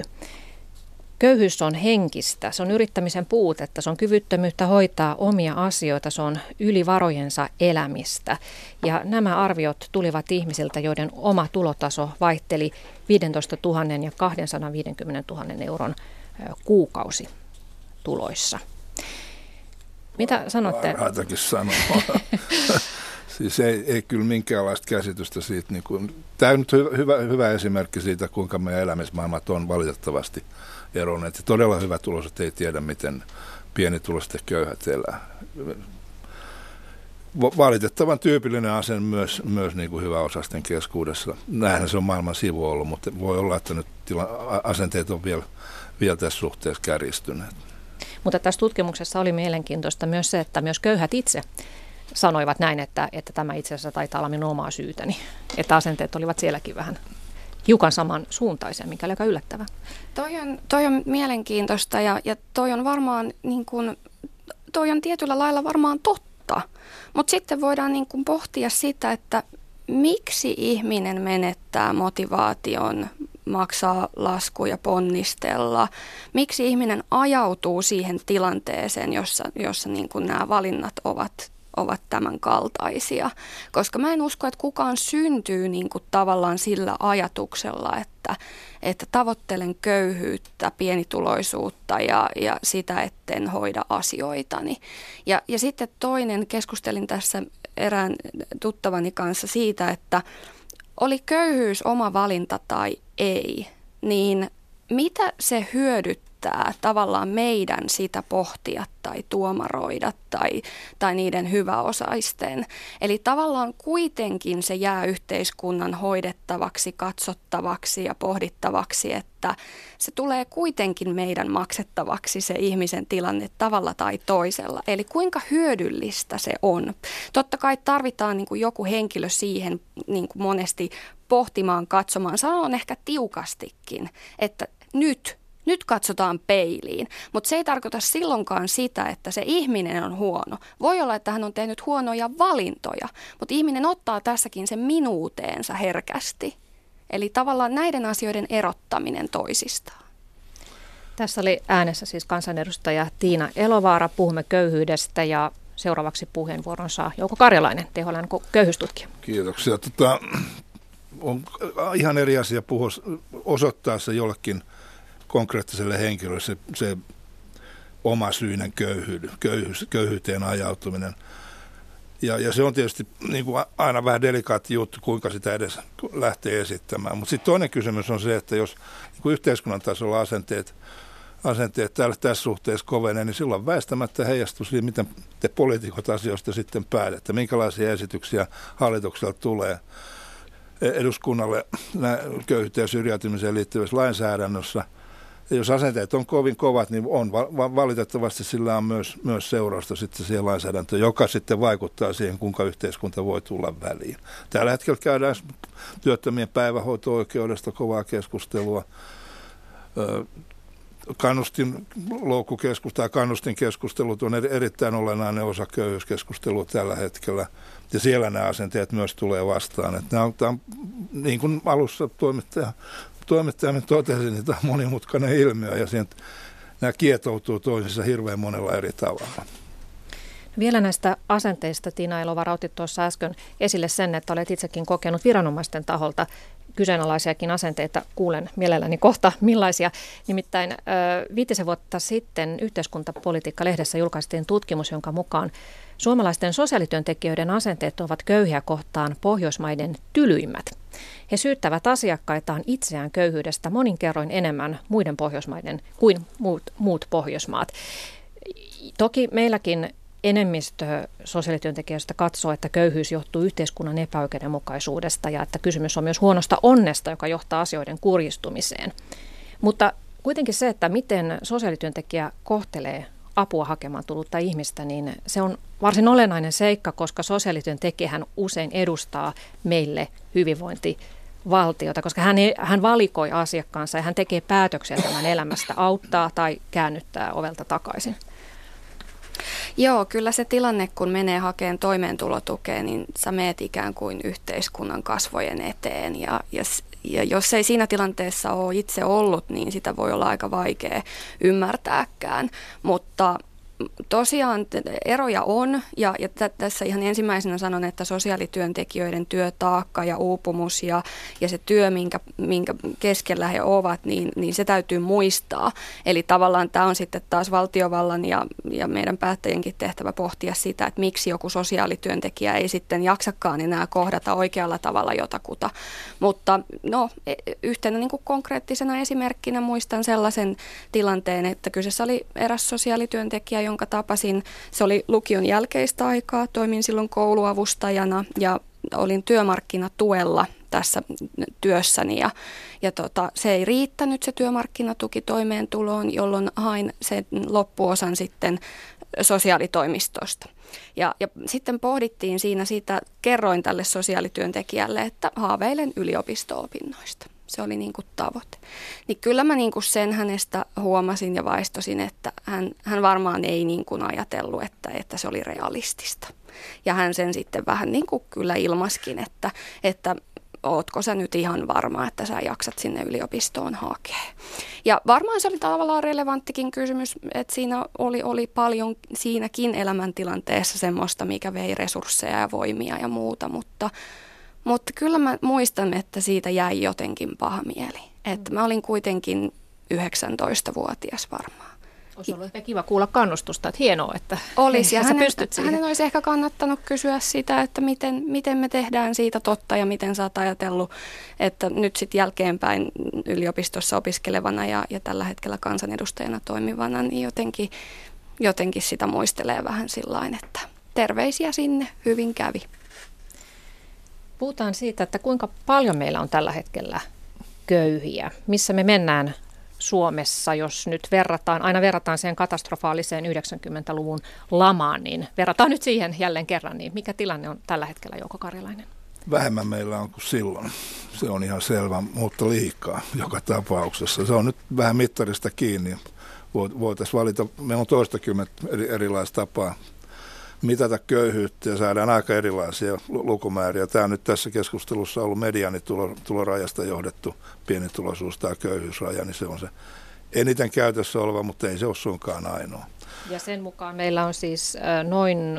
Köyhyys on henkistä, se on yrittämisen puutetta, se on kyvyttömyyttä hoitaa omia asioita, se on ylivarojensa elämistä. Ja nämä arviot tulivat ihmisiltä, joiden oma tulotaso vaihteli viisitoistatuhatta ja kaksisataaviisikymmentätuhatta euron kuukausituloissa. Mitä sanotte? Parhaatakin sanoa. Siis ei, ei kyllä minkäänlaista käsitystä siitä. Niin kuin, tämä on nyt hyvä, hyvä esimerkki siitä, kuinka meidän elämismaailmat on valitettavasti eronneet. Todella hyvätuloiset ei tiedä, miten pienituloiset ja köyhät elää. Valitettavan tyypillinen asenne myös, myös niin kuin hyväosaisten keskuudessa. Näinhän se on maailman sivu ollut, mutta voi olla, että nyt tila, asenteet on vielä, vielä tässä suhteessa kärjistyneet. Mutta tässä tutkimuksessa oli mielenkiintoista myös se, että myös köyhät itse sanoivat näin, että, että tämä itse asiassa taitaa olla minun omaa syytäni. Että asenteet olivat sielläkin vähän hiukan samansuuntaisia, mikä oli aika yllättävää. Toi on, toi on mielenkiintoista ja, ja toi on varmaan, niin kuin, toi on tietyllä lailla varmaan totta. Mutta sitten voidaan niin kuin pohtia sitä, että miksi ihminen menettää motivaation maksaa laskuja, ponnistella. Miksi ihminen ajautuu siihen tilanteeseen, jossa, jossa niin kuin nämä valinnat ovat, ovat tämän kaltaisia. Koska mä en usko, että kukaan syntyy niin kuin tavallaan sillä ajatuksella, että, että tavoittelen köyhyyttä, pienituloisuutta ja, ja sitä, etten hoida asioitani. Ja, ja sitten toinen, keskustelin tässä erään tuttavani kanssa siitä, että oli köyhyys oma valinta tai ei, niin mitä se hyödyttää tavallaan meidän sitä pohtia tai tuomaroida tai, tai niiden hyväosaisten. Eli tavallaan kuitenkin se jää yhteiskunnan hoidettavaksi, katsottavaksi ja pohdittavaksi, että se tulee kuitenkin meidän maksettavaksi se ihmisen tilanne tavalla tai toisella. Eli kuinka hyödyllistä se on. Totta kai tarvitaan niin kuin joku henkilö siihen niin kuin monesti pohtimaan, katsomaan. Sanon ehkä tiukastikin, että nyt Nyt katsotaan peiliin, mutta se ei tarkoita silloinkaan sitä, että se ihminen on huono. Voi olla, että hän on tehnyt huonoja valintoja, mutta ihminen ottaa tässäkin sen minuuteensa herkästi. Eli tavallaan näiden asioiden erottaminen toisistaan. Tässä oli äänessä siis kansanedustaja Tiina Elovaara. Puhumme köyhyydestä ja seuraavaksi puheenvuoron saa Jouko Karjalainen, T H L:n köyhyystutkija. Kiitoksia. Tota, on ihan eri asia puhua, osoittaa se jollekin konkreettiselle henkilölle se, se omasyinen köyhyys, köyhyys, köyhyyteen ajautuminen. Ja, ja se on tietysti niin kuin aina vähän delikaatti juttu, kuinka sitä edes lähtee esittämään. Mutta sitten toinen kysymys on se, että jos niin kuin yhteiskunnan tasolla asenteet, asenteet täällä, tässä suhteessa kovenee, niin silloin väistämättä heijastuu siihen, miten te poliitikot asioista sitten päätätte. Minkälaisia esityksiä hallitukselta tulee eduskunnalle köyhyyteen ja syrjäytymiseen liittyvässä lainsäädännössä. Ja jos asenteet on kovin kovat, niin on valitettavasti sillä on myös, myös seurausta sitten siihen lainsäädäntöön, joka sitten vaikuttaa siihen, kuinka yhteiskunta voi tulla väliin. Tällä hetkellä käydään työttömien päivähoito-oikeudesta kovaa keskustelua. Kannustinloukkukeskustelu tai kannustinkeskustelut on erittäin olennainen osa köyhyyskeskustelua tällä hetkellä. Ja siellä nämä asenteet myös tulee vastaan. Että nämä on, tämä on, niin kuin alussa toimittaja Toimittajamme totesi, niin tämä on monimutkainen ilmiö ja siihen, nämä kietoutuu toisissa hirveän monella eri tavalla. Vielä näistä asenteista, Tiina Elovaara, otit tuossa äsken esille sen, että olet itsekin kokenut viranomaisten taholta kyseenalaisiakin asenteita. Kuulen mielelläni kohta millaisia. Nimittäin viitisen vuotta sitten Yhteiskuntapolitiikka-lehdessä julkaistiin tutkimus, jonka mukaan suomalaisten sosiaalityöntekijöiden asenteet ovat köyhiä kohtaan Pohjoismaiden tylyimmät. He syyttävät asiakkaitaan itseään köyhyydestä monin kerroin enemmän muiden Pohjoismaiden kuin muut, muut Pohjoismaat. Toki meilläkin enemmistö sosiaalityöntekijöistä katsoo, että köyhyys johtuu yhteiskunnan epäoikeudenmukaisuudesta ja että kysymys on myös huonosta onnesta, joka johtaa asioiden kurjistumiseen. Mutta kuitenkin se, että miten sosiaalityöntekijä kohtelee apua hakemaan tullutta ihmistä, niin se on varsin olennainen seikka, koska sosiaalityöntekijähän usein edustaa meille hyvinvointivaltiota, koska hän, hän valikoi asiakkaansa ja hän tekee päätöksiä tämän elämästä, auttaa tai käännyttää ovelta takaisin. Joo, kyllä se tilanne, kun menee hakemaan toimeentulotukea, niin sä meet ikään kuin yhteiskunnan kasvojen eteen. Ja, ja, ja jos ei siinä tilanteessa ole itse ollut, niin sitä voi olla aika vaikea ymmärtääkään. Mutta tosiaan eroja on, ja, ja t- tässä ihan ensimmäisenä sanon, että sosiaalityöntekijöiden työtaakka ja uupumus ja, ja se työ, minkä, minkä keskellä he ovat, niin, niin se täytyy muistaa. Eli tavallaan tämä on sitten taas valtiovallan ja, ja meidän päättäjienkin tehtävä pohtia sitä, että miksi joku sosiaalityöntekijä ei sitten jaksakaan enää kohdata oikealla tavalla jotakuta. Mutta no, yhtenä niin kuin konkreettisena esimerkkinä muistan sellaisen tilanteen, että kyseessä oli eräs sosiaalityöntekijä, jonka tapasin. Se oli lukion jälkeistä aikaa, toimin silloin kouluavustajana ja olin työmarkkinatuella tässä työssäni ja, ja tota, se ei riittänyt se työmarkkinatuki toimeentuloon, jolloin hain sen loppuosan sitten sosiaalitoimistosta. Ja, ja sitten pohdittiin siinä sitä, kerroin tälle sosiaalityöntekijälle, että haaveilen yliopisto-opinnoista. Se oli niin kuin tavoite. Niin kyllä mä niin kuin sen hänestä huomasin ja vaistosin, että hän, hän varmaan ei niin kuin ajatellut, että, että se oli realistista. Ja hän sen sitten vähän niin kuin kyllä ilmaskin, että, että ootko sä nyt ihan varma, että sä jaksat sinne yliopistoon hakea. Ja varmaan se oli tavallaan relevanttikin kysymys, että siinä oli, oli paljon siinäkin elämäntilanteessa semmoista, mikä vei resursseja ja voimia ja muuta, mutta Mutta kyllä mä muistan, että siitä jäi jotenkin paha mieli. Että mä olin kuitenkin yhdeksäntoistavuotias varmaan. Olisi ollut ehkä kiva kuulla kannustusta, että hienoa, että olisi, ja sä hänen, pystyt siihen. hänen olisi ehkä kannattanut kysyä sitä, että miten, miten me tehdään siitä totta ja miten sä oot ajatellut, että nyt sitten jälkeenpäin yliopistossa opiskelevana ja, ja tällä hetkellä kansanedustajana toimivana, niin jotenkin, jotenkin sitä muistelee vähän sillain, että terveisiä sinne, hyvin kävi. Puhutaan siitä, että kuinka paljon meillä on tällä hetkellä köyhiä. Missä me mennään Suomessa, jos nyt verrataan, aina verrataan siihen katastrofaaliseen yhdeksänkymmentäluvun lamaan, niin verrataan nyt siihen jälleen kerran, niin mikä tilanne on tällä hetkellä, Jouko Karjalainen? Vähemmän meillä on kuin silloin. Se on ihan selvä, mutta liikaa joka tapauksessa. Se on nyt vähän mittarista kiinni. Voitaisiin valita, meillä on toistakymmentä eri, erilaista tapaa mitata köyhyyttä ja saadaan aika erilaisia lukumääriä. Tämä on nyt tässä keskustelussa ollut mediaanitulorajasta johdettu pienituloisuus tai köyhyysraja, niin se on se eniten käytössä oleva, mutta ei se ole suinkaan ainoa. Ja sen mukaan meillä on siis noin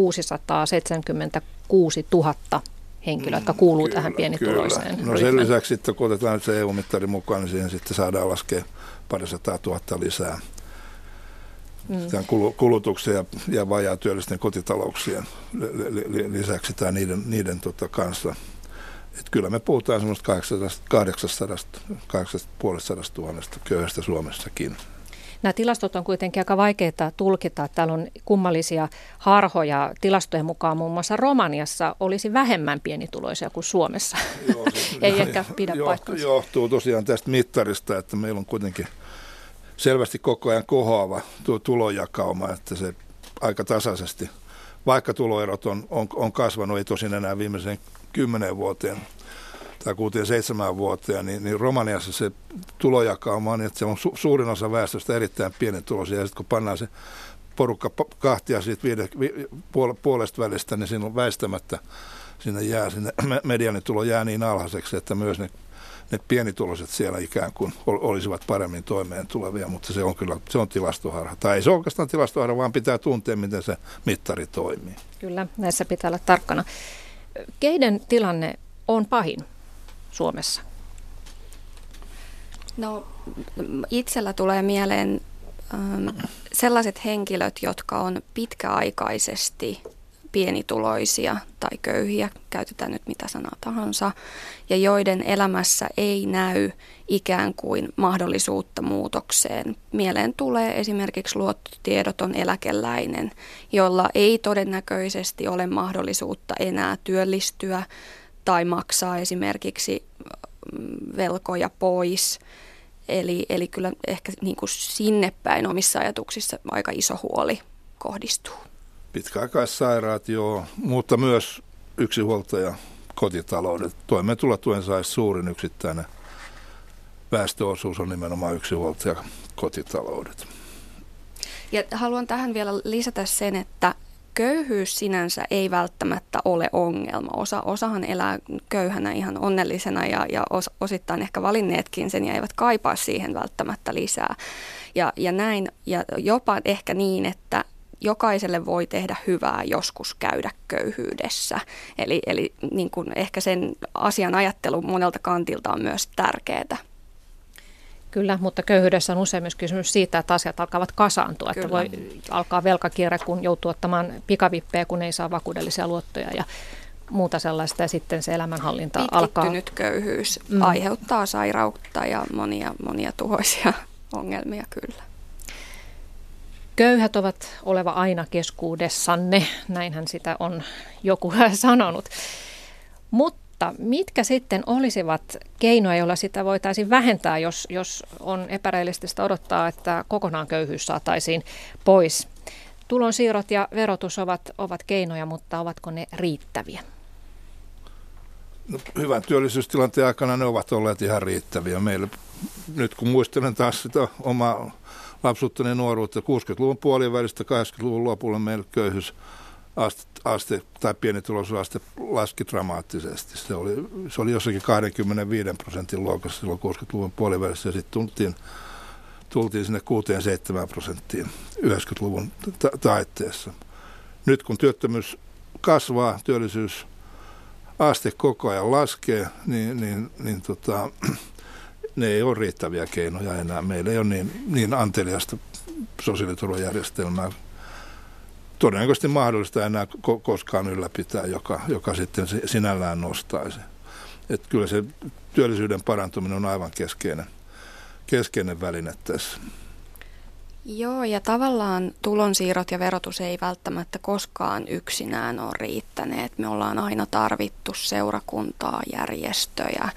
kuusisataaseitsemänkymmentäkuusituhatta henkilöä, jotka kuuluu kyllä, tähän pienituloiseen kyllä. No sen lisäksi sitten, kun otetaan nyt se E U-mittari mukaan, niin siihen sitten saadaan laskea parisataa tuhatta lisää mm. kulutuksen ja, ja vajaa työllisten kotitalouksien lisäksi tai niiden, niiden tota kanssa. Et kyllä me puhutaan semmoista kahdeksansataa tuhatta köyhästä Suomessakin. Nämä tilastot on kuitenkin aika vaikeita tulkita. Täällä on kummallisia harhoja. Tilastojen mukaan muun muassa Romaniassa olisi vähemmän pienituloisia kuin Suomessa. Joo, se, ei ehkä pidä paikkansa. Johtuu tosiaan tästä mittarista, että meillä on kuitenkin selvästi koko ajan kohoava tulojakauma, että se aika tasaisesti, vaikka tuloerot on, on, on kasvanut, ei tosin enää viimeiseen kymmeneen vuoteen tai kuuteen seitsemään vuoteen, niin, niin Romaniassa se tulojakauma on, että se on su, suurin osa väestöstä erittäin pienituloisia, ja sitten kun pannaan se porukka kahtia siitä viide, vi, puol, puolesta välistä, niin siinä on väistämättä, sinne jää, sinne mediaanitulo jää niin alhaiseksi, että myös ne, ne pienituloiset siellä ikään kuin olisivat paremmin toimeen tulevia, mutta se on kyllä, se on tilastoharha. Tai ei se ole oikeastaan tilastoharha, vaan pitää tuntea, miten se mittari toimii. Kyllä, näissä pitää olla tarkkana. Keiden tilanne on pahin Suomessa? No itsellä tulee mieleen ähm, sellaiset henkilöt, jotka on pitkäaikaisesti pienituloisia tai köyhiä, käytetään nyt mitä sanaa tahansa, ja joiden elämässä ei näy ikään kuin mahdollisuutta muutokseen. Mieleen tulee esimerkiksi luottotiedoton eläkeläinen, jolla ei todennäköisesti ole mahdollisuutta enää työllistyä tai maksaa esimerkiksi velkoja pois. Eli, eli kyllä ehkä niin kuin sinne päin omissa ajatuksissa aika iso huoli kohdistuu. Pitkäaikaissairaat, joo, mutta myös yksinhuoltaja kotitaloudet. Toimeentulotuen saisi suurin yksittäinen väestöosuus on nimenomaan yksinhuoltaja kotitaloudet. Ja haluan tähän vielä lisätä sen, että köyhyys sinänsä ei välttämättä ole ongelma. Osa, osahan elää köyhänä ihan onnellisena ja, ja os, osittain ehkä valinneetkin sen ja eivät kaipaa siihen välttämättä lisää. Ja, ja näin, ja jopa ehkä niin, että jokaiselle voi tehdä hyvää joskus käydä köyhyydessä. Eli, eli niin kuin ehkä sen asian ajattelu monelta kantilta on myös tärkeää. Kyllä, mutta köyhyydessä on usein myös kysymys siitä, että asiat alkavat kasaantua. Kyllä. Että voi alkaa velkakierre, kun joutuu ottamaan pikavippejä, kun ei saa vakuudellisia luottoja ja muuta sellaista. Ja sitten se elämänhallinta Pitkittynyt alkaa. Pitkittynyt köyhyys mm. aiheuttaa sairautta ja monia, monia tuhoisia ongelmia kyllä. Köyhät ovat oleva aina keskuudessanne, näinhän sitä on joku sanonut. Mutta mitkä sitten olisivat keinoja, joilla sitä voitaisiin vähentää, jos, jos on epärealistista odottaa, että kokonaan köyhyys saataisiin pois? Tulonsiirrot ja verotus ovat, ovat keinoja, mutta ovatko ne riittäviä? No, hyvän työllisyystilanteen aikana ne ovat olleet ihan riittäviä. Meillä, nyt kun muistelen taas sitä omaa lapsuuttani nuoruutta, kuusikymmentäluvun puolivälistä kahdeksankymmentäluvun lopulla meillä köyhyysaste tai pienituloisuusaste laski dramaattisesti. Se oli, se oli jossakin kaksikymmentäviisi prosentin luokassa silloin kuusikymmentäluvun puolivälissä ja sitten tultiin, tultiin sinne kuusi seitsemän prosenttiin yhdeksänkymmentäluvun ta- taitteessa. Nyt kun työttömyys kasvaa, työllisyysaste koko ajan laskee, niin, niin, niin tota, ne ei ole riittäviä keinoja enää. Meillä ei ole niin, niin anteliasta sosiaaliturvajärjestelmää todennäköisesti mahdollista enää ko- koskaan ylläpitää, joka, joka sitten sinällään nostaisi. Että kyllä se työllisyyden parantuminen on aivan keskeinen, keskeinen väline tässä. Joo, ja tavallaan tulonsiirrot ja verotus ei välttämättä koskaan yksinään ole riittäneet. Me ollaan aina tarvittu seurakuntaa, järjestöjä,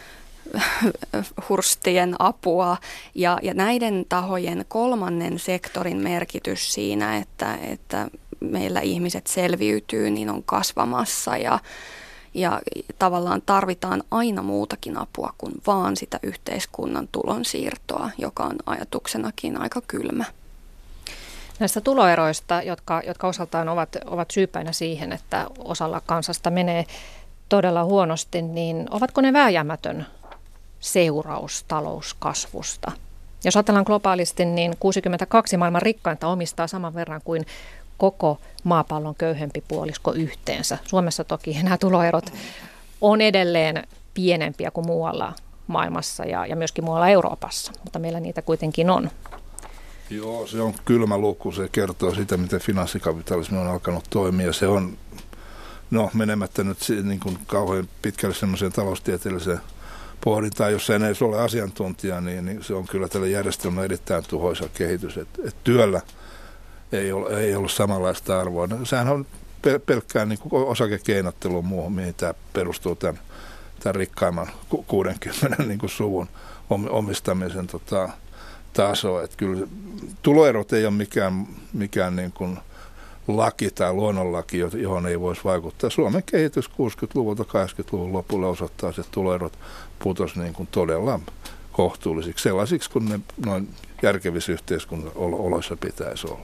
hurstien apua ja, ja näiden tahojen kolmannen sektorin merkitys siinä, että, että meillä ihmiset selviytyy, niin on kasvamassa ja, ja tavallaan tarvitaan aina muutakin apua kuin vaan sitä yhteiskunnan tulonsiirtoa, joka on ajatuksenakin aika kylmä. Näistä tuloeroista, jotka, jotka osaltaan ovat, ovat syypäinä siihen, että osalla kansasta menee todella huonosti, niin ovatko ne vääjäämätön seuraus talouskasvusta? Jos ajatellaan globaalisti, niin kuusikymmentäkaksi maailman rikkainta omistaa saman verran kuin koko maapallon köyhempi puolisko yhteensä. Suomessa toki nämä tuloerot on edelleen pienempiä kuin muualla maailmassa ja, ja myöskin muualla Euroopassa, mutta meillä niitä kuitenkin on. Joo, se on kylmä luku. Se kertoo sitä, miten finanssikapitalismi on alkanut toimia. Se on, no menemättä nyt niin kuin kauhean pitkälle semmoiseen taloustieteelliseen pohdintaan, jos en edes ole asiantuntija, niin, niin se on kyllä tälle järjestelmälle erittäin tuhoisa kehitys. Et, et työllä ei ole, ei ollut samanlaista arvoa. No, sehän on pel- pelkkään niin kuin osakekeinotteluun muuhun, mihin tämä perustuu tämän, tämän rikkaimman kuudenkymmenen niin kuin suvun omistamisen tota, taso. Että kyllä tuloerot ei ole mikään, mikään niin kuin laki tai luonnonlaki, johon ei voisi vaikuttaa. Suomen kehitys kuusikymmentäluvulta kahdeksankymmentäluvun lopulle osoittaa, että tuloerot putosi niin kuin todella kohtuullisiksi, sellaisiksi kuin ne noin järkevissä yhteiskuntaoloissa pitäisi olla.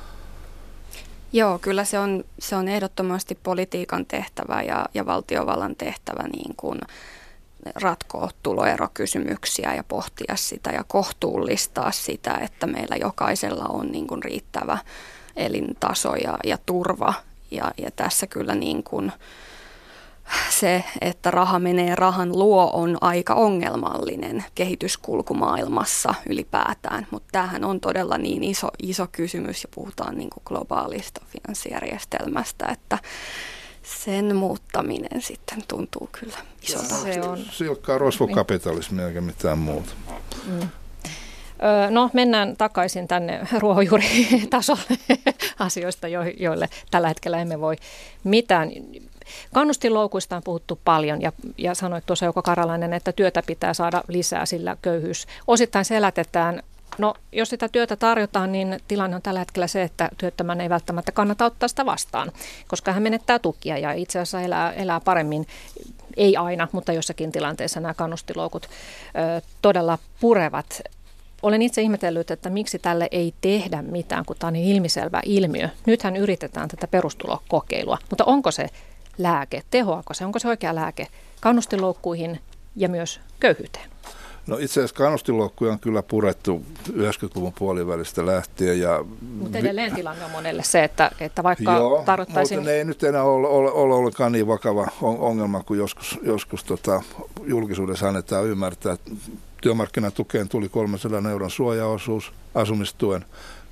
Joo, kyllä se on, se on ehdottomasti politiikan tehtävä ja, ja valtiovallan tehtävä niin kuin ratkoa tuloerokysymyksiä ja pohtia sitä ja kohtuullistaa sitä, että meillä jokaisella on niin kuin riittävä elintaso ja, ja turva. Ja, ja tässä kyllä niin kuin se, että raha menee rahan luo, on aika ongelmallinen kehityskulku maailmassa ylipäätään. Mutta tämähän on todella niin iso, iso kysymys ja puhutaan niin kuin globaalista finanssijärjestelmästä, että sen muuttaminen sitten tuntuu kyllä isolta. Se on silkkaa rosvokapitalismia eikä mitään muuta. Mm. No mennään takaisin tänne ruohonjuuritasolle asioista, joille tällä hetkellä emme voi mitään. Kannustinloukuista on puhuttu paljon ja, ja sanoit tuossa Jouko Karalainen, että työtä pitää saada lisää, sillä köyhyys osittain selätetään. No jos sitä työtä tarjotaan, niin tilanne on tällä hetkellä se, että työttömän ei välttämättä kannata ottaa sitä vastaan, koska hän menettää tukia ja itse asiassa elää, elää paremmin. Ei aina, mutta jossakin tilanteessa nämä kannustinloukut ö, todella purevat. Olen itse ihmetellyt, että miksi tälle ei tehdä mitään, kun tämä on niin ilmiselvä ilmiö. Nythän yritetään tätä perustulokokeilua, mutta onko se lääke, tehoako se, onko se oikea lääke kannustinloukkuihin ja myös köyhyyteen? No itse asiassa kannustinloukkuja on kyllä purettu yhdeksänkymmentäluvun puolivälistä lähtien. Ja mutta edelleen tilanne on monelle se, että, että vaikka joo, tarvittaisiin... mutta ne ei nyt enää ole, ole, ole ollenkaan niin vakava ongelma kuin joskus, joskus tota, julkisuudessa annetaan ymmärtää. Työmarkkinatukeen tuli kolmensadan euron suojaosuus, asumistuen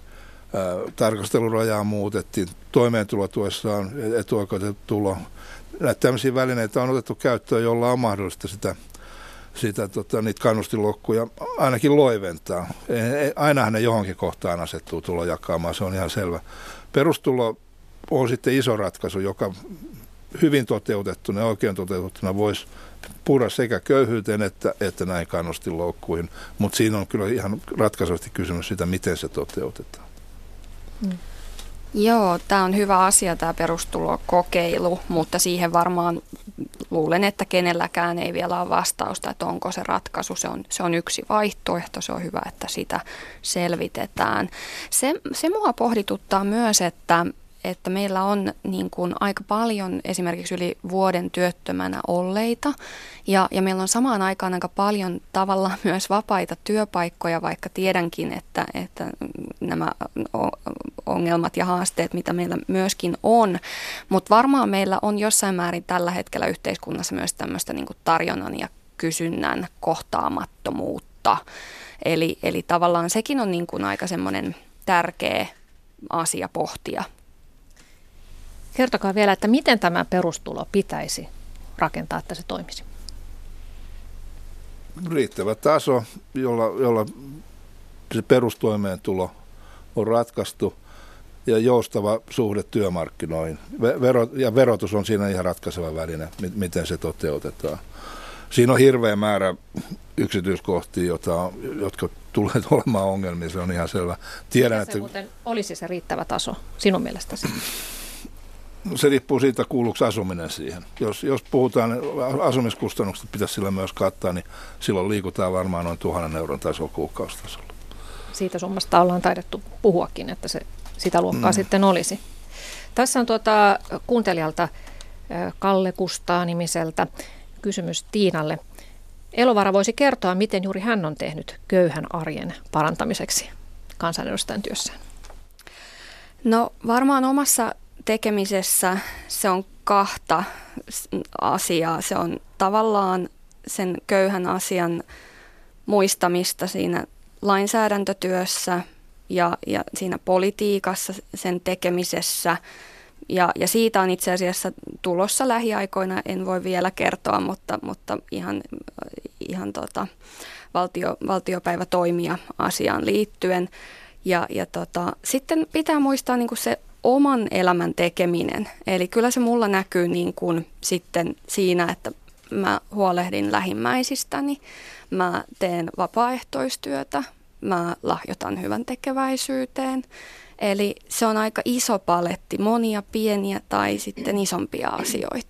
ää, tarkastelurajaa muutettiin, toimeentulotuessa on etuoikeutettu tulo. Näitä tämmöisiä välineitä on otettu käyttöön, jolla on mahdollista sitä, sitä tota, niitä kannustinloukkuja ainakin loiventaa. Ainahan ne johonkin kohtaan asettuu tulojakaamaan, se on ihan selvä. Perustulo on sitten iso ratkaisu, joka hyvin toteutettuna ja oikein toteutettuna voisi purra sekä köyhyyteen että, että näin kannustinloukkuihin, mutta siinä on kyllä ihan ratkaisuvasti kysymys sitä, miten se toteutetaan. Mm. Joo, tämä on hyvä asia tämä perustulokokeilu, mutta siihen varmaan luulen, että kenelläkään ei vielä ole vastausta, että onko se ratkaisu. Se on, se on yksi vaihtoehto, se on hyvä, että sitä selvitetään. Se, se mua pohdituttaa myös, että että meillä on niin kuin aika paljon esimerkiksi yli vuoden työttömänä olleita ja, ja meillä on samaan aikaan aika paljon tavallaan myös vapaita työpaikkoja, vaikka tiedänkin, että, että nämä ongelmat ja haasteet, mitä meillä myöskin on, mutta varmaan meillä on jossain määrin tällä hetkellä yhteiskunnassa myös tämmöistä niin kuin tarjonnan ja kysynnän kohtaamattomuutta, eli, eli tavallaan sekin on niin kuin aika semmoinen tärkeä asia pohtia. Kertokaa vielä, että miten tämä perustulo pitäisi rakentaa, että se toimisi? Riittävä taso, jolla, jolla se perustoimeentulo on ratkaistu ja joustava suhde työmarkkinoihin. Vero, ja verotus on siinä ihan ratkaiseva väline, miten se toteutetaan. Siinä on hirveä määrä yksityiskohtia, jota, jotka tulee olemaan ongelmia, se on ihan selvä. Tiedän, se että muuten olisi se riittävä taso sinun mielestäsi? Se riippuu siitä, kuuluuko asuminen siihen. Jos, jos puhutaan asumiskustannuksista, pitäisi sillä myös kattaa, niin silloin liikutaan varmaan noin tuhannen euron tasolla kuukausitasolla. Siitä summasta ollaan taidettu puhuakin, että se sitä luokkaa mm. sitten olisi. Tässä on tuota kuuntelijalta Kalle Kustaa nimiseltä kysymys Tiinalle. Elovaara voisi kertoa, miten juuri hän on tehnyt köyhän arjen parantamiseksi kansanedustajan työssään. No varmaan omassa tekemisessä se on kahta asiaa. Se on tavallaan sen köyhän asian muistamista siinä lainsäädäntötyössä ja, ja siinä politiikassa, sen tekemisessä. Ja, ja siitä on itse asiassa tulossa lähiaikoina, en voi vielä kertoa, mutta, mutta ihan, ihan tota, valtio, valtiopäivätoimia asiaan liittyen. Ja, ja tota, sitten pitää muistaa niin kuin se oman elämän tekeminen. Eli kyllä se mulla näkyy niin kuin sitten siinä, että mä huolehdin lähimmäisistäni, mä teen vapaaehtoistyötä, mä lahjoitan hyvän tekeväisyyteen. Eli se on aika iso paletti, monia pieniä tai sitten isompia asioita.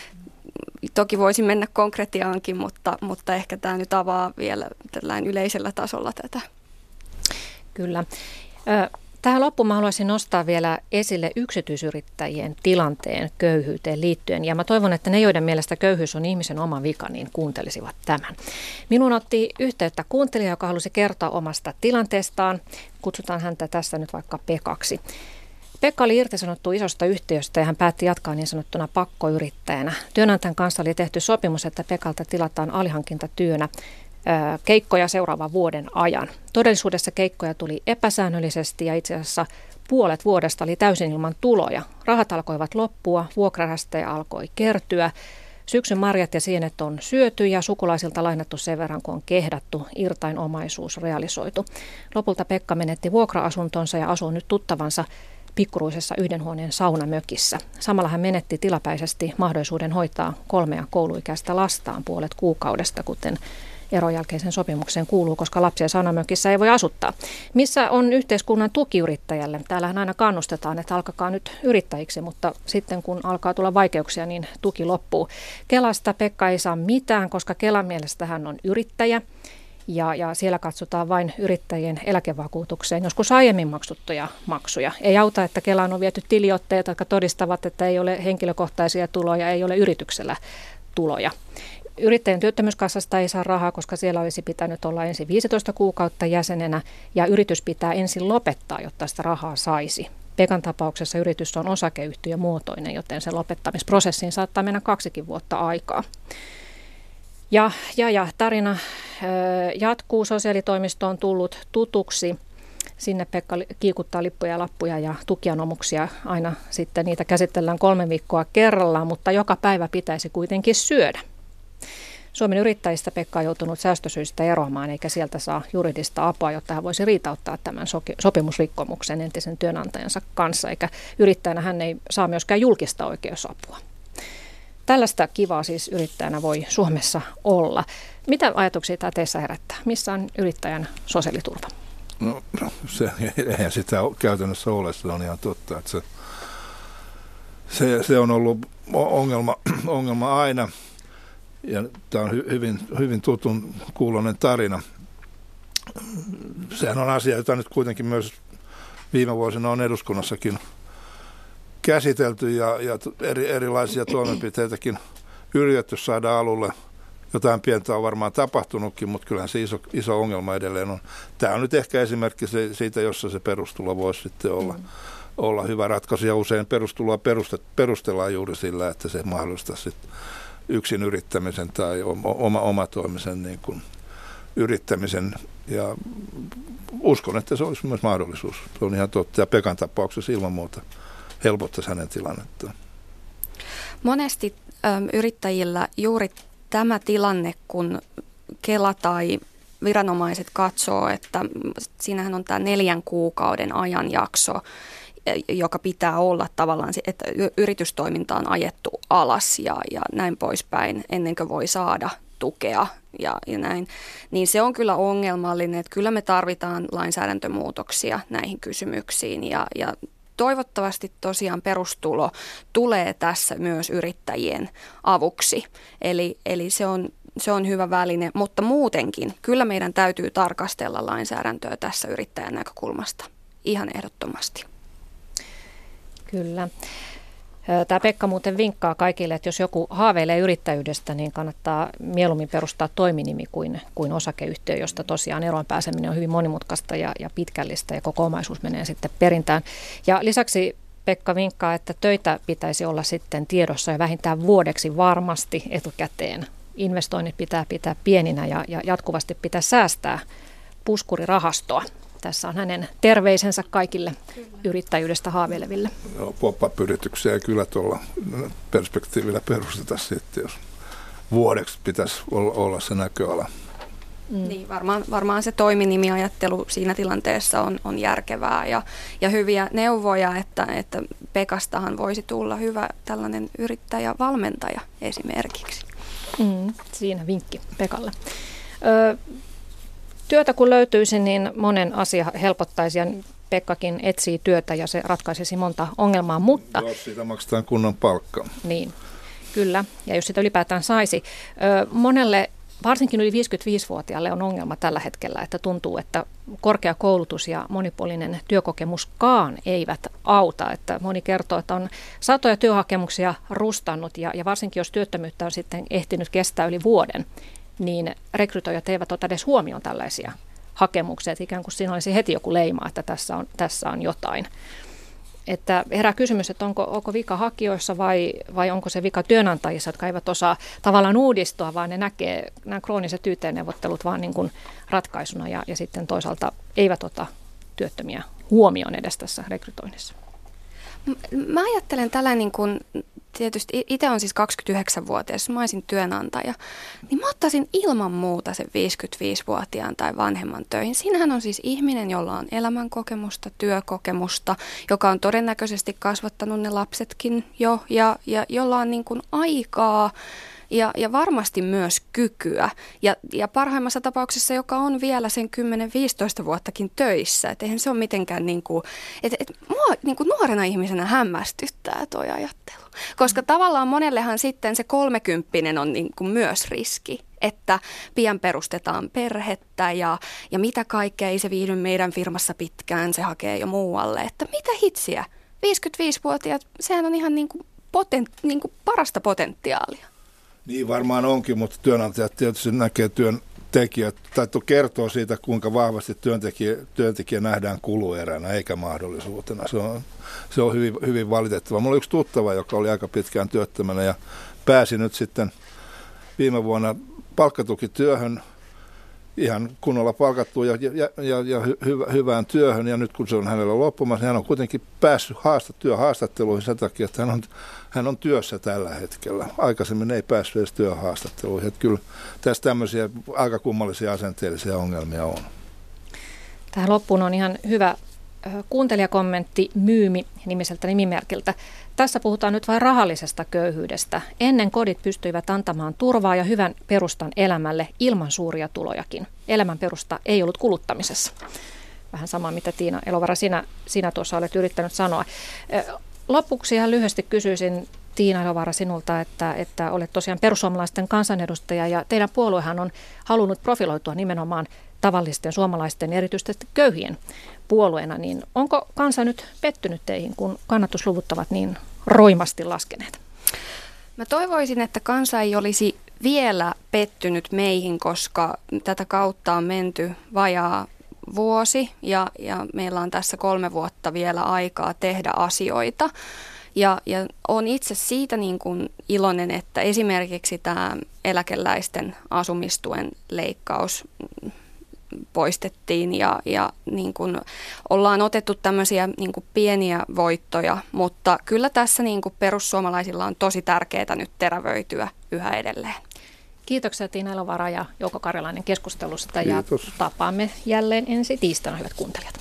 Toki voisin mennä konkretiaankin, mutta, mutta ehkä tämä nyt avaa vielä tällainen yleisellä tasolla tätä. Kyllä. Tähän loppuun mä haluaisin nostaa vielä esille yksityisyrittäjien tilanteen köyhyyteen liittyen. Ja mä toivon, että ne, joiden mielestä köyhyys on ihmisen oma vika, niin kuuntelisivat tämän. Minuun otti yhteyttä kuuntelija, joka halusi kertoa omasta tilanteestaan. Kutsutaan häntä tässä nyt vaikka Pekaksi. Pekka oli irtisanottu isosta yhtiöstä ja hän päätti jatkaa niin sanottuna pakkoyrittäjänä. Työnantajan kanssa oli tehty sopimus, että Pekalta tilataan alihankintatyönä keikkoja seuraavan vuoden ajan. Todellisuudessa keikkoja tuli epäsäännöllisesti ja itse asiassa puolet vuodesta oli täysin ilman tuloja. Rahat alkoivat loppua, vuokrarästejä alkoi kertyä. Syksyn marjat ja sienet on syöty ja sukulaisilta lainattu sen verran, kun on kehdattu. Irtain omaisuus realisoitu. Lopulta Pekka menetti vuokra-asuntonsa ja asuu nyt tuttavansa pikkuruisessa yhden huoneen saunamökissä. Samalla hän menetti tilapäisesti mahdollisuuden hoitaa kolmea kouluikäistä lastaan puolet kuukaudesta, kuten eron jälkeisen sopimuksen kuuluu, koska lapsia saunamökissä ei voi asuttaa. Missä on yhteiskunnan tuki yrittäjälle? Täällähän aina kannustetaan, että alkakaa nyt yrittäjiksi, mutta sitten kun alkaa tulla vaikeuksia, niin tuki loppuu. Kelasta Pekka ei saa mitään, koska Kelan mielestä hän on yrittäjä ja, ja siellä katsotaan vain yrittäjien eläkevakuutukseen, joskus aiemmin maksuttuja maksuja. Ei auta, että Kelaan on viety tiliotteet, jotka todistavat, että ei ole henkilökohtaisia tuloja, ei ole yrityksellä tuloja. Yrittäjän työttömyyskassasta ei saa rahaa, koska siellä olisi pitänyt olla ensin viisitoista kuukautta jäsenenä ja yritys pitää ensin lopettaa, jotta sitä rahaa saisi. Pekan tapauksessa yritys on osakeyhtiömuotoinen, joten se lopettamisprosessiin saattaa mennä kaksikin vuotta aikaa. Ja, ja, ja tarina ö, jatkuu. Sosiaalitoimisto on tullut tutuksi. Sinne Pekka kiikuttaa lippuja ja lappuja ja tukianomuksia. Aina sitten niitä käsitellään kolme viikkoa kerrallaan, mutta joka päivä pitäisi kuitenkin syödä. Suomen yrittäjistä Pekka on joutunut säästösyistä eroamaan, eikä sieltä saa juridista apua, jotta hän voisi riitauttaa tämän sopimusrikkomuksen entisen työnantajansa kanssa, eikä yrittäjänä hän ei saa myöskään julkista oikeusapua. Tällaista kivaa siis yrittäjänä voi Suomessa olla. Mitä ajatuksia tämä teissä herättää? Missä on yrittäjän sosiaaliturva? No se, eihän sitä käytännössä ole, se on ihan totta, että se, se, se on ollut ongelma, ongelma aina. Ja tämä on hy, hyvin, hyvin tutun kuuloinen tarina. Sehän on asia, jota nyt kuitenkin myös viime vuosina on eduskunnassakin käsitelty ja, ja eri, erilaisia toimenpiteitäkin yritetty saada alulle. Jotain pientä on varmaan tapahtunutkin, mutta kyllähän se iso, iso ongelma edelleen on. Tämä on nyt ehkä esimerkki siitä, jossa se perustulo voisi sitten olla, mm. olla hyvä ratkaisu. Ja usein perustuloa perustellaan juuri sillä, että se mahdollistaa sitten yksin yrittämisen tai oma, omatoimisen niin kuin yrittämisen. Ja uskon, että se olisi myös mahdollisuus. Se on ihan totta. Ja Pekan tapauksessa ilman muuta helpottaisi hänen tilannettaan. Monesti äm, yrittäjillä juuri tämä tilanne, kun Kela tai viranomaiset katsoo, että siinähän on tämä neljän kuukauden ajanjakso, joka pitää olla tavallaan, että yritystoiminta on ajettu alas ja, ja näin poispäin, ennen kuin voi saada tukea ja, ja näin, niin se on kyllä ongelmallinen, että kyllä me tarvitaan lainsäädäntömuutoksia näihin kysymyksiin ja, ja toivottavasti tosiaan perustulo tulee tässä myös yrittäjien avuksi, eli, eli se on Se on hyvä väline, mutta muutenkin kyllä meidän täytyy tarkastella lainsäädäntöä tässä yrittäjän näkökulmasta ihan ehdottomasti. Kyllä. Tämä Pekka muuten vinkkaa kaikille, että jos joku haaveilee yrittäjyydestä, niin kannattaa mieluummin perustaa toiminimi kuin, kuin osakeyhtiö, josta tosiaan eroon pääseminen on hyvin monimutkaista ja, ja pitkällistä ja koko omaisuus menee sitten perintään. Ja lisäksi Pekka vinkkaa, että töitä pitäisi olla sitten tiedossa ja vähintään vuodeksi varmasti etukäteen. Investoinnit pitää pitää pieninä ja, ja jatkuvasti pitää säästää puskurirahastoa. Tässä on hänen terveisensä kaikille kyllä. yrittäjyydestä haaveileville. No, pop-up-yrityksiä ei kyllä tuolla perspektiivillä perusteta sitten, jos vuodeksi pitäisi olla, olla se näköala. Mm. Niin, varmaan, varmaan se toiminimiajattelu siinä tilanteessa on, on järkevää ja, ja hyviä neuvoja, että, että Pekastahan voisi tulla hyvä tällainen yrittäjä-valmentaja esimerkiksi. Mm, siinä vinkki Pekalle. Ö, työtä kun löytyisi, niin monen asia helpottaisi ja Pekkakin etsii työtä ja se ratkaisisi monta ongelmaa, mutta... Jos siitä maksetaan kunnon palkkaa. Niin, kyllä. Ja jos sitä ylipäätään saisi. Ö, monelle, varsinkin yli viisikymmentäviisivuotiaalle on ongelma tällä hetkellä, että tuntuu, että korkeakoulutus ja monipuolinen työkokemuskaan eivät auta. Että moni kertoo, että on satoja työhakemuksia rustannut ja, ja varsinkin jos työttömyyttä on sitten ehtinyt kestää yli vuoden, niin rekrytoijat eivät ota edes huomioon tällaisia hakemuksia, että ikään kuin siinä olisi heti joku leima, että tässä on, tässä on jotain. Että herää kysymys, että onko, onko vika hakijoissa vai, vai onko se vika työnantajissa, jotka eivät osaa tavallaan uudistua, vaan ne näkee nämä krooniset Y T-neuvottelut vaan niin kuin ratkaisuna ja, ja sitten toisaalta eivät ota työttömiä huomioon edes tässä rekrytoinnissa. Mä ajattelen tällä niin kuin, tietysti itse on siis kaksikymmentäyhdeksänvuotias, mä olisin työnantaja, niin mä ottaisin ilman muuta sen viisikymmentäviisivuotiaan tai vanhemman töihin. Siinähän on siis ihminen, jolla on elämänkokemusta, työkokemusta, joka on todennäköisesti kasvattanut ne lapsetkin jo ja, ja jolla on niin kuin aikaa ja, ja varmasti myös kykyä ja, ja parhaimmassa tapauksessa, joka on vielä sen kymmenen viisitoista vuottakin töissä. Et eihän se ole mitenkään niin kuin, et, et mua niin kuin nuorena ihmisenä hämmästyttää toi ajattelu. Koska tavallaan monellehan sitten se kolmekymppinen on niin kuin myös riski, että pian perustetaan perhettä ja, ja mitä kaikkea ei se viihdy meidän firmassa pitkään, se hakee jo muualle. Että mitä hitsiä, viisikymmentäviisivuotiaat, sehän on ihan niin kuin poten, niin kuin parasta potentiaalia. Niin varmaan onkin, mutta työnantajat tietysti näkee työntekijät, tai kertoo siitä, kuinka vahvasti työntekijä, työntekijä nähdään kulueränä eikä mahdollisuutena. Se on, se on hyvin, hyvin valitettava. Mulla oli yksi tuttava, joka oli aika pitkään työttömänä ja pääsi nyt sitten viime vuonna palkkatukityöhön, ihan kunnolla palkattuun ja, ja, ja, ja hyvä, hyvään työhön, ja nyt kun se on hänellä loppumassa, niin hän on kuitenkin päässyt haasta, työhaastatteluihin sen takia, että hän on, hän on työssä tällä hetkellä. Aikaisemmin ei päässyt edes työhaastatteluihin. Että kyllä tässä tämmöisiä aika kummallisia asenteellisia ongelmia on. Tähän loppuun on ihan hyvä kuuntelijakommentti Myymi nimiseltä nimimerkiltä. Tässä puhutaan nyt vain rahallisesta köyhyydestä. Ennen kodit pystyivät antamaan turvaa ja hyvän perustan elämälle ilman suuria tulojakin. Elämän perusta ei ollut kuluttamisessa. Vähän sama, mitä Tiina Elovara sinä, sinä tuossa olet yrittänyt sanoa. Lopuksi ihan lyhyesti kysyisin Tiina Elovara sinulta, että, että olet tosiaan perussuomalaisten kansanedustaja ja teidän puoluehan on halunnut profiloitua nimenomaan tavallisten suomalaisten, erityisesti köyhien puolueena, niin onko kansa nyt pettynyt teihin, kun kannatusluvut ovat niin roimasti laskeneet? Mä toivoisin, että kansa ei olisi vielä pettynyt meihin, koska tätä kautta on menty vajaa vuosi ja, ja meillä on tässä kolme vuotta vielä aikaa tehdä asioita. Ja, ja olen itse siitä niin kuin iloinen, että esimerkiksi tämä eläkeläisten asumistuen leikkaus poistettiin ja, ja niin kuin ollaan otettu tämmöisiä niin kuin pieniä voittoja, mutta kyllä tässä niin kuin perussuomalaisilla on tosi tärkeää nyt terävöityä yhä edelleen. Kiitoksia Tiina Elovara ja Jouko Karjalainen keskustelusta. Kiitos. Ja tapaamme jälleen ensi tiistaina, hyvät kuuntelijat.